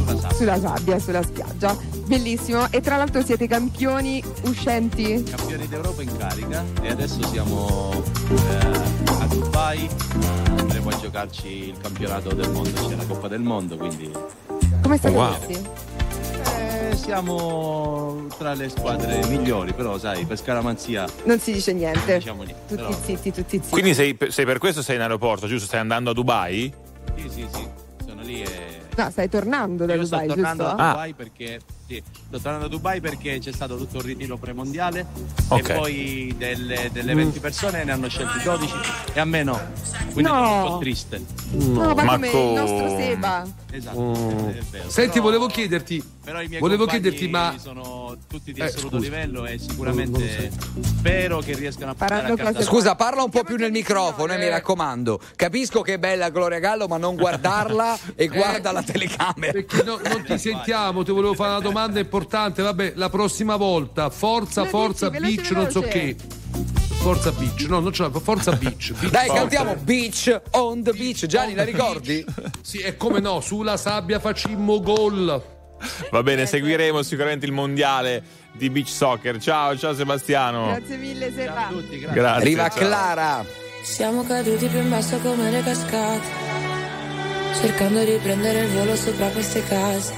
[SPEAKER 4] sulla sabbia. Sulla sabbia, sulla spiaggia. Bellissimo. E tra l'altro siete campioni uscenti?
[SPEAKER 19] Campioni d'Europa in carica e adesso siamo eh, a Dubai, andremo a giocarci il campionato del mondo, c'è la Coppa del Mondo, quindi...
[SPEAKER 4] Come state
[SPEAKER 19] wow.
[SPEAKER 4] messi?
[SPEAKER 19] Eh, siamo tra le squadre migliori, però sai, per scaramanzia
[SPEAKER 4] non si dice niente.
[SPEAKER 19] non diciamo niente.
[SPEAKER 4] Tutti
[SPEAKER 19] Però...
[SPEAKER 4] zitti, tutti zitti.
[SPEAKER 3] Quindi sei, sei per questo sei in aeroporto, giusto? Stai andando a Dubai?
[SPEAKER 19] Sì, sì, sì, sono lì e...
[SPEAKER 4] No, stai tornando da
[SPEAKER 19] Io
[SPEAKER 4] Dubai,
[SPEAKER 19] sto tornando
[SPEAKER 4] giusto?
[SPEAKER 19] da Dubai perché sì, sto tornando a Dubai perché c'è stato tutto un ritiro premondiale
[SPEAKER 3] Ok.
[SPEAKER 19] e poi delle, delle venti persone ne hanno scelti dodici e a me no. Quindi
[SPEAKER 4] No.
[SPEAKER 19] sono un po' triste.
[SPEAKER 4] No, ma,
[SPEAKER 3] Ma
[SPEAKER 4] come
[SPEAKER 3] co-
[SPEAKER 4] il nostro Seba.
[SPEAKER 19] Esatto,
[SPEAKER 2] Mm.
[SPEAKER 19] è vero.
[SPEAKER 2] Senti,
[SPEAKER 19] Però-
[SPEAKER 2] volevo chiederti,
[SPEAKER 19] Però i miei
[SPEAKER 2] volevo
[SPEAKER 19] compagni
[SPEAKER 2] chiederti, ma
[SPEAKER 19] sono tutti di
[SPEAKER 2] Eh,
[SPEAKER 19] assoluto
[SPEAKER 2] scusa.
[SPEAKER 19] livello e sicuramente spero che riescano a portare a
[SPEAKER 4] Faranno
[SPEAKER 19] casa.
[SPEAKER 4] cose-
[SPEAKER 1] Scusa, parla un po' più nel microfono, eh, mi
[SPEAKER 2] Eh.
[SPEAKER 1] raccomando. Capisco che è bella Gloria Gallo, ma non guardarla e guarda la telecamera.
[SPEAKER 2] perché no- non ti sentiamo, ti volevo fare una domanda importante. Vabbè, la prossima volta, forza,
[SPEAKER 4] Veloci,
[SPEAKER 2] forza,
[SPEAKER 4] veloci,
[SPEAKER 2] beach, non so
[SPEAKER 4] veloce.
[SPEAKER 2] che. Forza beach, no, non ce l'ho, forza beach. beach
[SPEAKER 1] Dai,
[SPEAKER 2] forza.
[SPEAKER 1] cantiamo Beach on the Beach. Gianni, la ricordi?
[SPEAKER 2] Sì, e come no, sulla sabbia facimmo gol.
[SPEAKER 3] Va bene, seguiremo sicuramente il mondiale di beach soccer. Ciao, ciao Sebastiano.
[SPEAKER 4] Grazie mille, Seba.
[SPEAKER 3] Grazie.
[SPEAKER 1] Arriva
[SPEAKER 3] ciao.
[SPEAKER 1] Clara.
[SPEAKER 8] Siamo caduti più in basso come le cascate, cercando di prendere il volo sopra queste case.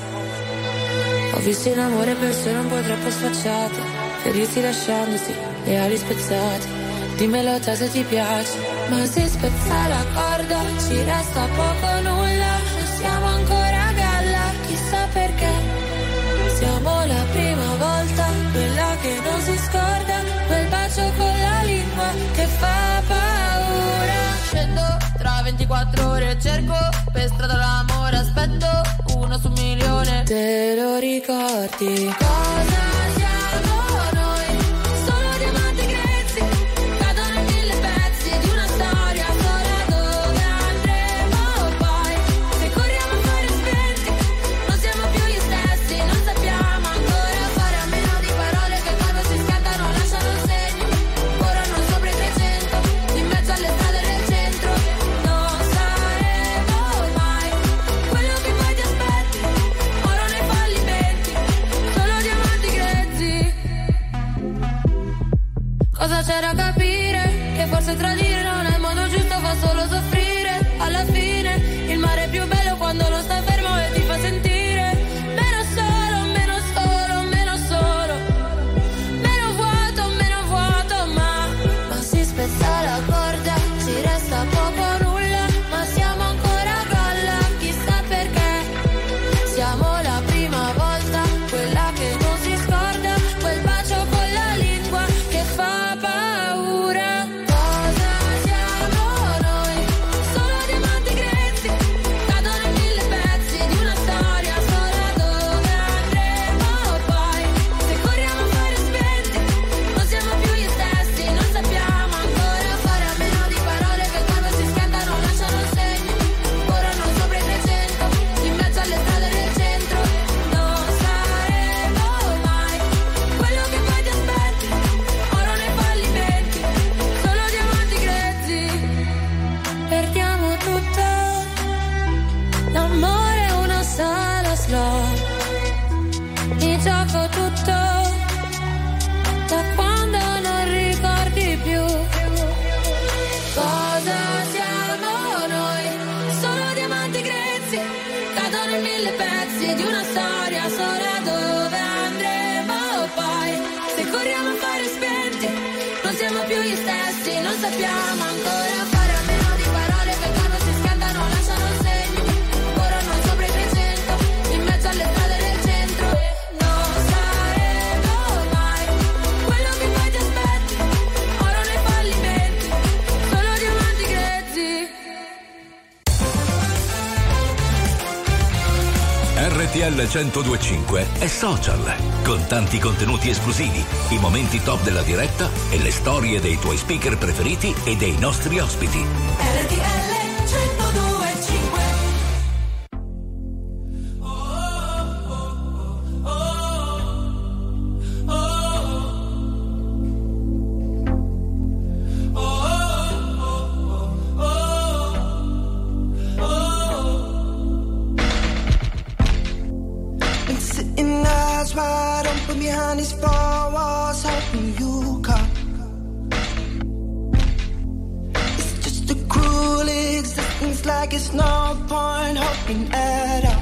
[SPEAKER 8] Ho visto in amore persone un po' troppo sfacciate, ferirsi lasciandosi le ali spezzate. Dimmelo te se ti piace. Ma se spezza la corda ci resta poco nulla, non siamo ancora a galla, chissà perché. Siamo la prima volta, quella che non si scorda, quel bacio con la lingua che fa paura. Scendo tra ventiquattro ore, cerco per strada l'amore, aspetto uno su un milione. Te lo ricordi? Cosa siamo noi? Solo diamanti grezzi, cadono in mille pezzi di una storia sola. Dove andremo poi? Se corriamo a fare spenti, non siamo più gli stessi, non sappiamo ancora fare a meno di parole che quando si scattano lasciano segni. Corrono sopra i trecento, in mezzo alle strade del centro. Non saremo mai quello che poi ti aspetti, oro nei fallimenti, solo diamanti grezzi. Cosa c'è da capire? Che forse tradire non è il modo giusto, fa solo soffrire. Alla fine il mare è più bello quando lo sta fermo e ti fa sentire meno solo, meno solo, meno solo, meno vuoto, meno vuoto. Ma, ma si spezza la corda, ci resta poco nulla, ma siamo ancora a galla, chissà perché. Siamo la prima volta, quella che non si scorda, quel bacio con la lingua che fa paura. Cosa siamo noi? Solo diamanti grezzi, cadono in mille pezzi di una storia sola. Dove andremo poi? Se corriamo a fare spenti, non siamo più gli stessi, non sappiamo ancora fare a meno di parole che quando si scattano lasciano segni. Corrono sopra i trecento, in mezzo alle strade del centro. Non saremo mai quello che poi ti aspetti, oro nei fallimenti, solo diamanti grezzi. Perdiamo tutto, l'amore è una sala slot, mi gioco tutto, da quando non ricordi più. Cosa siamo noi? Solo diamanti grezzi, cadono in mille pezzi di una storia sola. Dove andremo poi? Se corriamo a fare spenti, non siamo più gli stessi, non sappiamo ancora fare a meno di parole che quando si scaldano lasciano segni. Corrono sopra i trecento, in mezzo alle strade del centro. Non saremo mai quello che poi ti aspetti, oro nei fallimenti, solo diamanti grezzi.
[SPEAKER 6] R T L centodue e cinque è social, con tanti contenuti esclusivi, i momenti top della diretta e le storie dei tuoi speaker preferiti e dei nostri ospiti.
[SPEAKER 8] R T L centodue e cinque.
[SPEAKER 11] when you come. It's just a cruel existence, like it's no point hoping at all.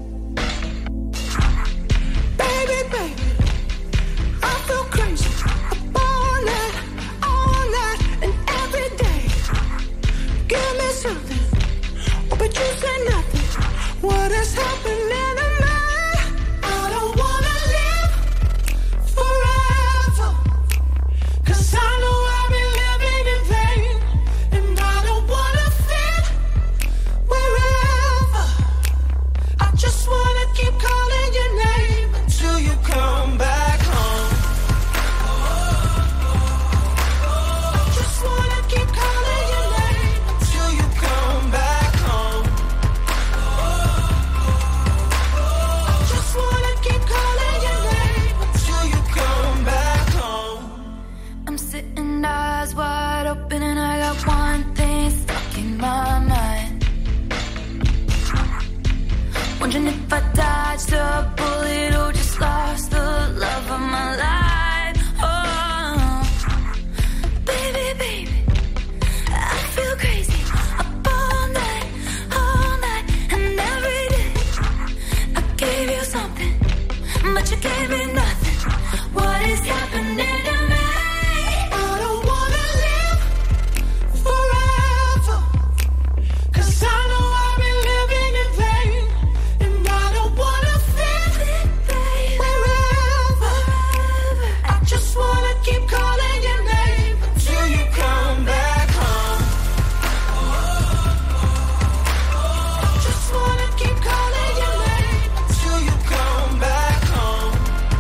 [SPEAKER 11] Baby, baby, I feel crazy all night, all night, and every day. Give me something, oh, but you say nothing. What is happening to me? I don't wanna live forever, 'cause I know I've been living in vain, and I don't wanna fit wherever. I just wanna keep calling your name until you come back home. I just wanna keep calling your name until you come back home. I just wanna keep calling your name until you come back home.
[SPEAKER 8] I'm sitting eyes wide open and I got one thing stuck in my mind. Wondering if I dodged a bullet or just lost the love of my life. Oh, baby, baby, I feel crazy up all night, all night, and every day. I gave you something, but you gave me nothing. What is happening to me?
[SPEAKER 11] I don't wanna live forever, 'cause I know I've been living in vain, and I don't wanna fit wherever. I just wanna keep calling your name until you come back home. I just wanna keep calling your name until you come back home.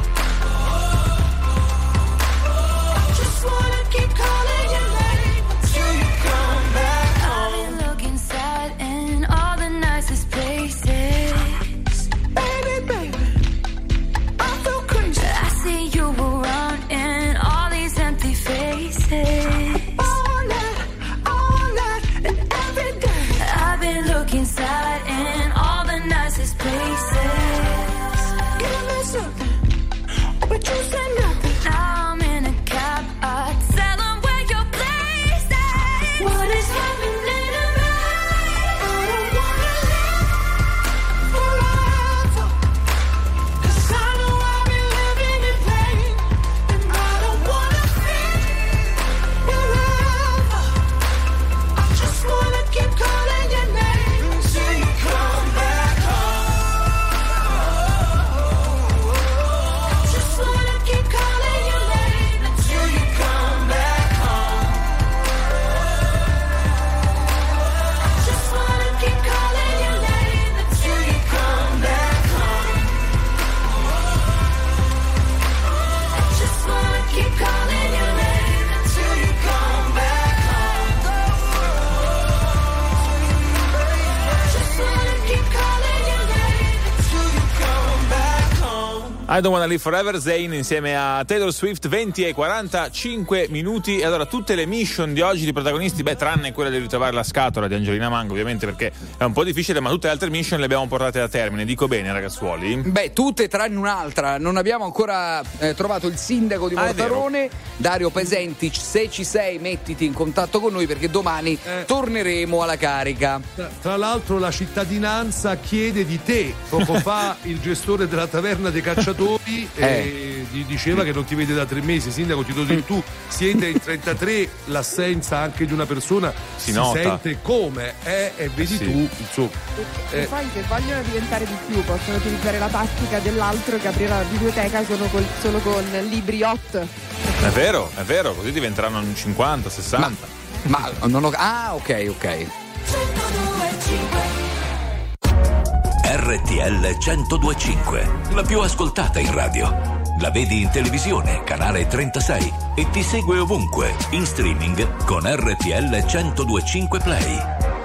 [SPEAKER 11] I just wanna keep calling your name until you come back home.
[SPEAKER 8] I've been looking sad in all the nicest places.
[SPEAKER 11] Baby, baby, I feel crazy.
[SPEAKER 8] I see you around in all these empty faces.
[SPEAKER 11] All night, all night, and every day.
[SPEAKER 8] I've been looking sad in all the nicest places.
[SPEAKER 11] Give me something, but you say nothing.
[SPEAKER 8] Now I'm in a cab, I tell them where your place is.
[SPEAKER 11] What is happening to me? I don't wanna live forever, 'cause I know I've been living in vain, and I don't wanna fit wherever. I just wanna keep calling your name until you come back home. I just wanna keep calling your name until you come back home. I just wanna keep calling your name until you come back home. I just wanna keep calling your name until you come back home. I just wanna keep calling your name until you come back home.
[SPEAKER 3] I Don't Wanna Live Forever, Zayn insieme a Taylor Swift, venti e quarantacinque minuti. E allora tutte le mission di oggi di protagonisti, beh, tranne quella di ritrovare la scatola di Angelina Mango, ovviamente, perché è un po' difficile, ma tutte le altre mission le abbiamo portate a termine. Dico bene, ragazzuoli?
[SPEAKER 1] Beh, tutte tranne un'altra. Non abbiamo ancora eh, trovato il sindaco di
[SPEAKER 3] Ah, è
[SPEAKER 1] Mortarone, Dario Pesentic. Se ci sei, mettiti in contatto con noi, perché domani
[SPEAKER 2] Eh.
[SPEAKER 1] torneremo alla carica.
[SPEAKER 2] Tra, tra l'altro la cittadinanza chiede di te. Poco fa il gestore della taverna dei cacciatori eh, gli diceva che non ti vede da tre mesi. Sindaco, ti do del tu. Siete in trentatré, l'assenza anche di una persona
[SPEAKER 3] Si
[SPEAKER 2] si,
[SPEAKER 3] nota.
[SPEAKER 2] sente come è, e vedi
[SPEAKER 3] sì.
[SPEAKER 2] tu, insomma.
[SPEAKER 4] E
[SPEAKER 2] Eh,
[SPEAKER 4] poi se vogliono diventare di più possono utilizzare la tattica dell'altro che aprire la biblioteca solo, col- solo con libri hot.
[SPEAKER 3] È vero, è vero, così diventeranno cinquanta, sessanta.
[SPEAKER 1] Ma non ho. Ah, ok, ok.
[SPEAKER 6] R T L centodue e cinque, la più ascoltata in radio. La vedi in televisione, canale trentasei, e ti segue ovunque, in streaming con R T L centodue e cinque Play.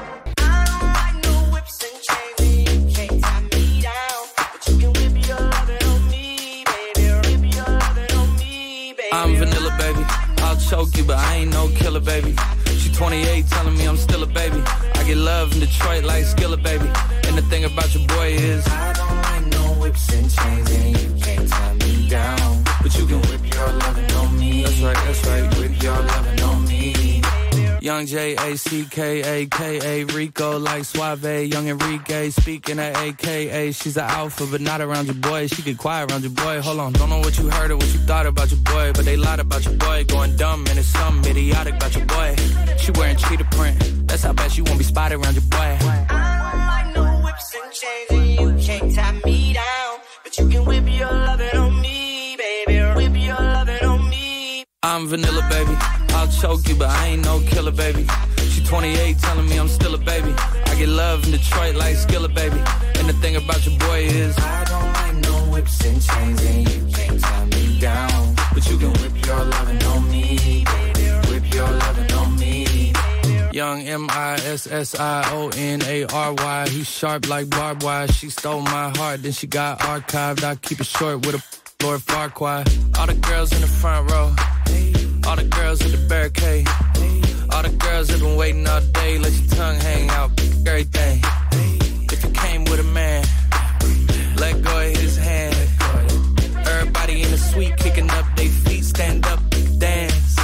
[SPEAKER 20] I'm vanilla, baby. I'll choke you, but I ain't no killer, baby. She twenty-eight, telling me I'm still a baby. I get love in Detroit like Skillet, baby. And the thing about your boy is I don't like no whip whips and chains and you can't tie me down. But you can whip your lovin' on me. That's right, that's right, whip your lovin' on me. Young J A C K A K A Rico like Suave. Young Enrique speaking at A K A. She's an alpha but not around your boy. She get quiet around your boy. Hold on, don't know what you heard or what you thought about your boy, but they lied about your boy. Going dumb and it's something idiotic about your boy. She wearing cheetah print. That's how bad she won't be spotted around your boy.
[SPEAKER 11] I don't like no whips and chains and you can't tie me down. But you can whip your lovin' on me, baby. Whip your lovin' on me.
[SPEAKER 20] I'm vanilla, baby. I'll choke you, but I ain't no killer, baby. She twenty-eight, telling me I'm still a baby. I get love in Detroit like Skilla, baby. And the thing about your boy is I don't like no whips and chains, and you can't tie me down. But you can whip your lovin' on me, baby. Whip your lovin' on me. Young M I S S I O N A R Y. He's sharp like barbed wire. She stole my heart, then she got archived. I keep it short with a Lord Farquaad. All the girls in the front row. All the girls at the barricade. All the girls have been waiting all day. Let your tongue hang out, everything. If you came with a man, let go of his hand. Everybody in the suite kicking up their feet. Stand up, dance.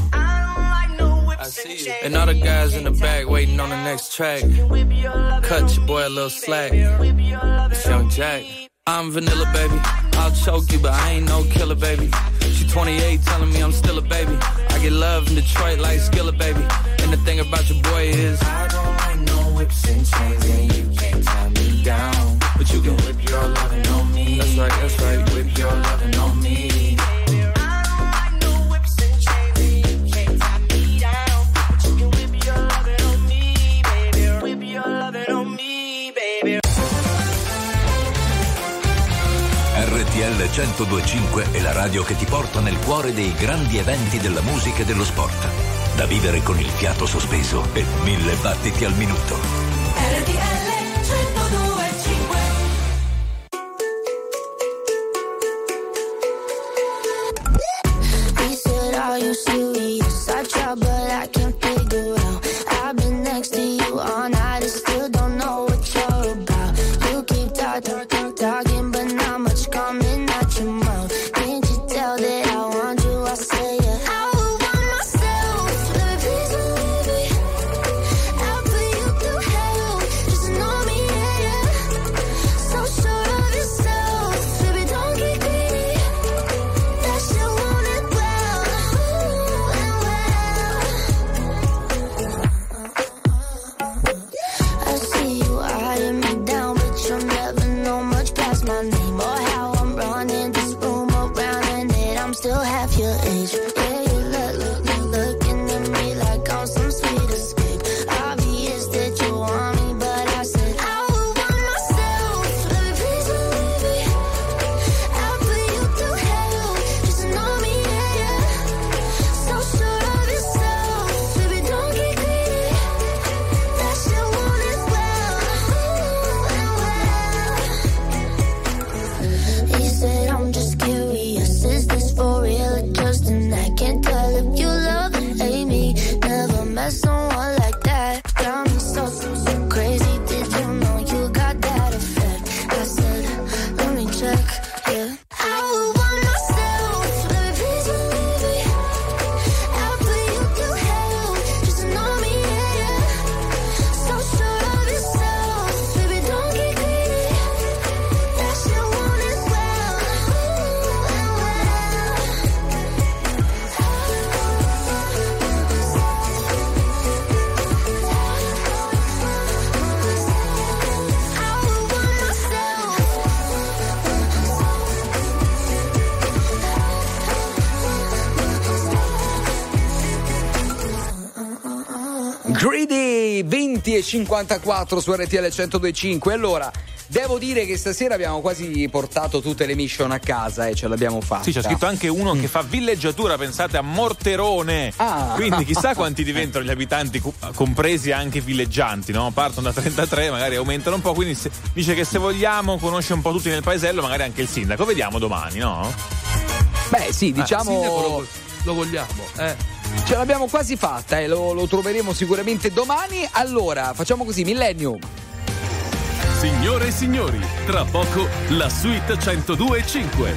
[SPEAKER 20] I see you. And all the guys in the back waiting on the next track. Cut your boy a little slack. It's Young Jack. I'm vanilla, baby. I'll choke you, but I ain't no killer, baby. She twenty-eight, telling me I'm still a baby. I get love in Detroit like Skilla, baby. And the thing about your boy is I don't like no whips and chains, and you can't tie me down. But you can whip your lovin' on me. That's right, that's right, whip your lovin' on me.
[SPEAKER 6] R T L centodue e cinque è la radio che ti porta nel cuore dei grandi eventi della musica e dello sport. Da vivere con il fiato sospeso e mille battiti al minuto.
[SPEAKER 11] R T L centodue e cinque.
[SPEAKER 8] He said, are you serious? I tried but I can't figure out. I've been next to you all night and still don't know what you're about. You keep talking, talking, talking, but not much coming out your mouth. Can't you tell that I want you? I say yeah. I would want myself. Let me please believe me. I'll put you through hell. Just know me, yeah, yeah. So sure of yourself. Baby, don't get greedy. That shit want it well. Ooh, and well. I see you eyeing me down, but you'll never know much past my name or how I'm running this room around and that I'm still half your age. Yeah, you look, look, look, looking at me like I'm some sweet escape. Obvious that you want me, but I said I would want myself. Let me please believe me. I'll put you through hell. Just know me, yeah, yeah. So sure of yourself. Baby, don't get greedy. That shit want it well. Ooh, and well. He said, I'm just curious. Is this for real or just an act? Can't tell if you love and hate me. Never met someone like that. Got me so, so, so crazy. Did you know you got that effect? I said, let me check, yeah. I would want myself. Let me please believe me. I'll put you through hell. Just know me, yeah, yeah. So sure of yourself. Baby, don't get greedy. That shit want it well. Ooh, and I would want
[SPEAKER 1] Greedy venti e cinquantaquattro su R T L centodue e cinque. Allora, devo dire che stasera abbiamo quasi portato tutte le mission a casa e ce l'abbiamo fatta.
[SPEAKER 3] Sì, c'è scritto anche uno che fa villeggiatura, pensate, a Morterone.
[SPEAKER 1] Ah.
[SPEAKER 3] Quindi chissà quanti diventano gli abitanti, cu- compresi anche villeggianti, no? Partono da trentatré, magari aumentano un po', quindi se, dice che se vogliamo conosce un po' tutti nel paesello, magari anche il sindaco. Vediamo domani, no?
[SPEAKER 1] Beh, sì,
[SPEAKER 2] Ah,
[SPEAKER 1] diciamo
[SPEAKER 2] sindaco lo, lo vogliamo, eh.
[SPEAKER 1] ce l'abbiamo quasi fatta e eh. lo, lo troveremo sicuramente domani. Allora, facciamo così, Millennium.
[SPEAKER 21] Signore e signori, tra poco la suite centodue e cinque.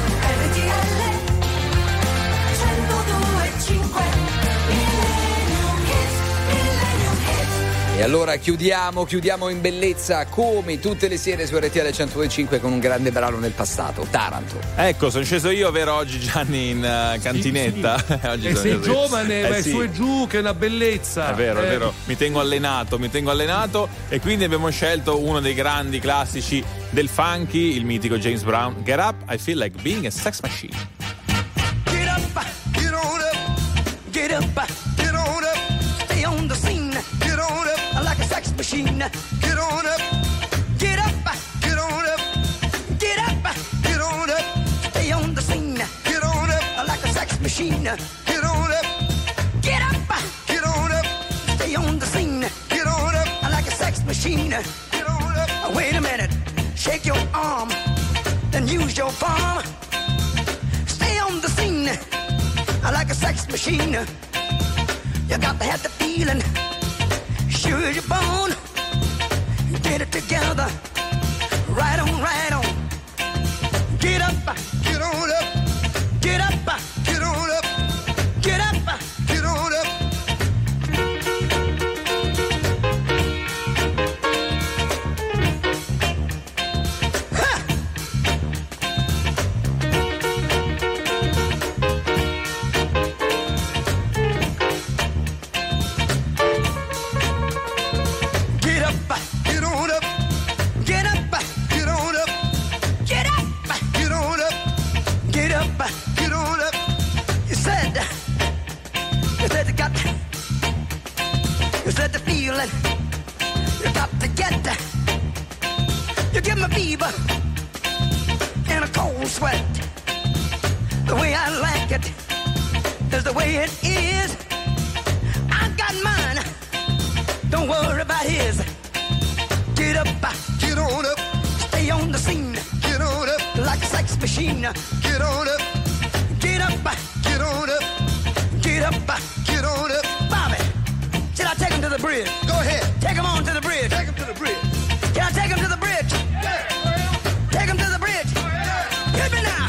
[SPEAKER 1] E allora chiudiamo, chiudiamo in bellezza come tutte le sere su R T L centodue e cinque con un grande brano nel passato, Taranto.
[SPEAKER 3] Ecco, sono sceso io, vero, oggi Gianni in uh, cantinetta.
[SPEAKER 2] Sì, sì.
[SPEAKER 3] Oggi
[SPEAKER 2] e sei
[SPEAKER 3] sceso
[SPEAKER 2] giovane,
[SPEAKER 3] io.
[SPEAKER 2] vai
[SPEAKER 3] eh, sì.
[SPEAKER 2] su e giù, che è una bellezza.
[SPEAKER 3] È vero,
[SPEAKER 2] eh.
[SPEAKER 3] è vero, mi tengo allenato, mi tengo allenato e quindi abbiamo scelto uno dei grandi classici del funky, il mitico James Brown, Get Up, I Feel Like Being a Sex Machine.
[SPEAKER 11] Get up, get on up, get up, get on up, stay on the scene, get on up, like a sex machine, get on up, get up, get on up, get up, get on up, stay on the scene, get on up, like a sex machine, get on up, get up, get on up, stay on the scene, get on up, like a sex machine, get on up, wait a minute, shake your arm, then use your palm. On the scene, I like a sex machine. You got to have the feeling, sure as you're born. Get it together, right on, right on. Get up, get on up, get up, get on up, get up, get on up. You got to get that. You give me fever and a cold sweat. The way I like it is the way it is. I got mine, don't worry about his. Get up, get on up, stay on the scene. Get on up, like a sex machine. Get on up, get up, get on up, get up, get on up. Bobby, should I take him to the bridge? Go ahead. Take him on to the bridge. Take him to the bridge. Can I take him to the bridge? Yeah. Take him to the bridge. Yeah. Hit me now.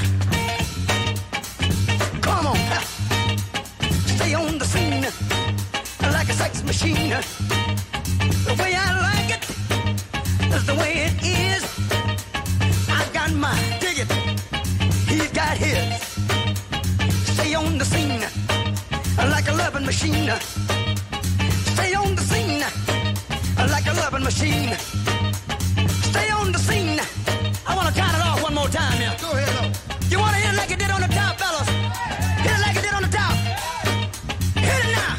[SPEAKER 11] Come on. Stay on the scene like a sex machine. The way I like it is the way it is. I got mine. Dig it. He's got his. Stay on the scene like a loving machine. Stay on the scene like a loving machine. Stay on the scene. I want to count it off one more time now. Go ahead, though. You want to hit it like it did on the top, fellas? Hit it like it did on the top. Hit it now.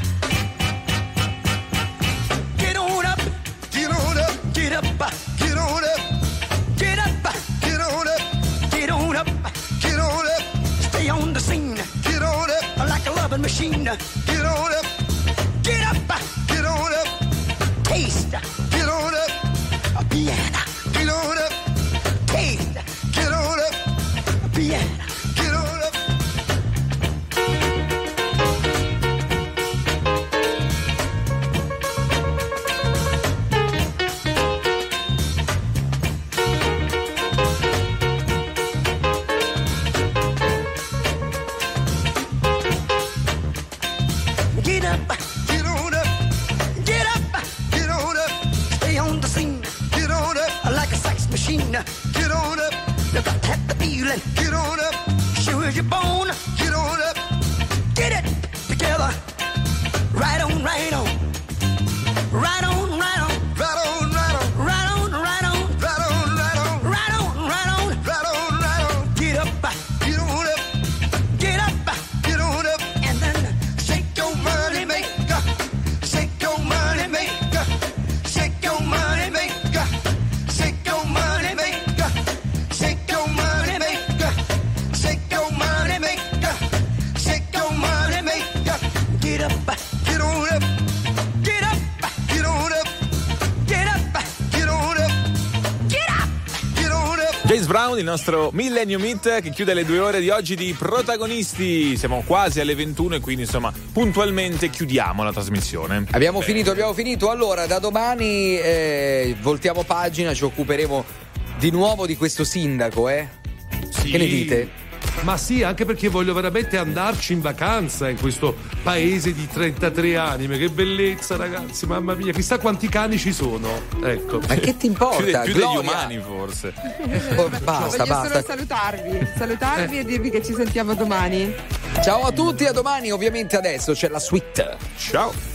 [SPEAKER 11] Get on up. Get on up. Get up. Get on up. Get up. Get on up. Get on up. Get on up. Stay on the scene. Get on up. Like a loving machine. Get on up. Get up. Get on up. Taste. Get on up. A piano. Get on up. Taste. Get on up. A piano. Get on up. Get up. Get on up. Get up. Get on up. Stay on the scene. Get on up. Like a sex machine. Get on up. You got to have the feeling. Get on up. Sure as you're born. Get on up. Get it together. Right on, right on. Right on, right on. Right on, right on. Right on, right on. Right on, right on. Right on, right on. Right on, right on. Get up. Get on up. Get up. Get on up. And then shake your money maker. Shake your money maker. Shake your money maker. Shake your money maker. Shake your money maker. Shake your money maker. Shake your money maker. Get up. Get on up. Get up. Get on
[SPEAKER 3] James Brown, il nostro Millennium Hit che chiude le due ore di oggi di Protagonisti. Siamo quasi alle ventuno e quindi insomma puntualmente chiudiamo la trasmissione.
[SPEAKER 1] Abbiamo Beh. finito, abbiamo finito. Allora da domani eh, voltiamo pagina, ci occuperemo di nuovo di questo sindaco, eh?
[SPEAKER 2] Sì.
[SPEAKER 1] Che ne dite?
[SPEAKER 2] Ma sì, anche perché voglio veramente andarci in vacanza in questo paese di trentatré anime. Che bellezza, ragazzi, mamma mia, chissà quanti cani ci sono. Ecco.
[SPEAKER 1] Ma che ti importa?
[SPEAKER 3] Più, più degli umani, forse.
[SPEAKER 1] Oh, basta,
[SPEAKER 4] Voglio
[SPEAKER 1] basta.
[SPEAKER 4] solo salutarvi, salutarvi eh. e dirvi che ci sentiamo domani.
[SPEAKER 1] Ciao a tutti, a domani. Ovviamente adesso c'è la suite.
[SPEAKER 3] Ciao.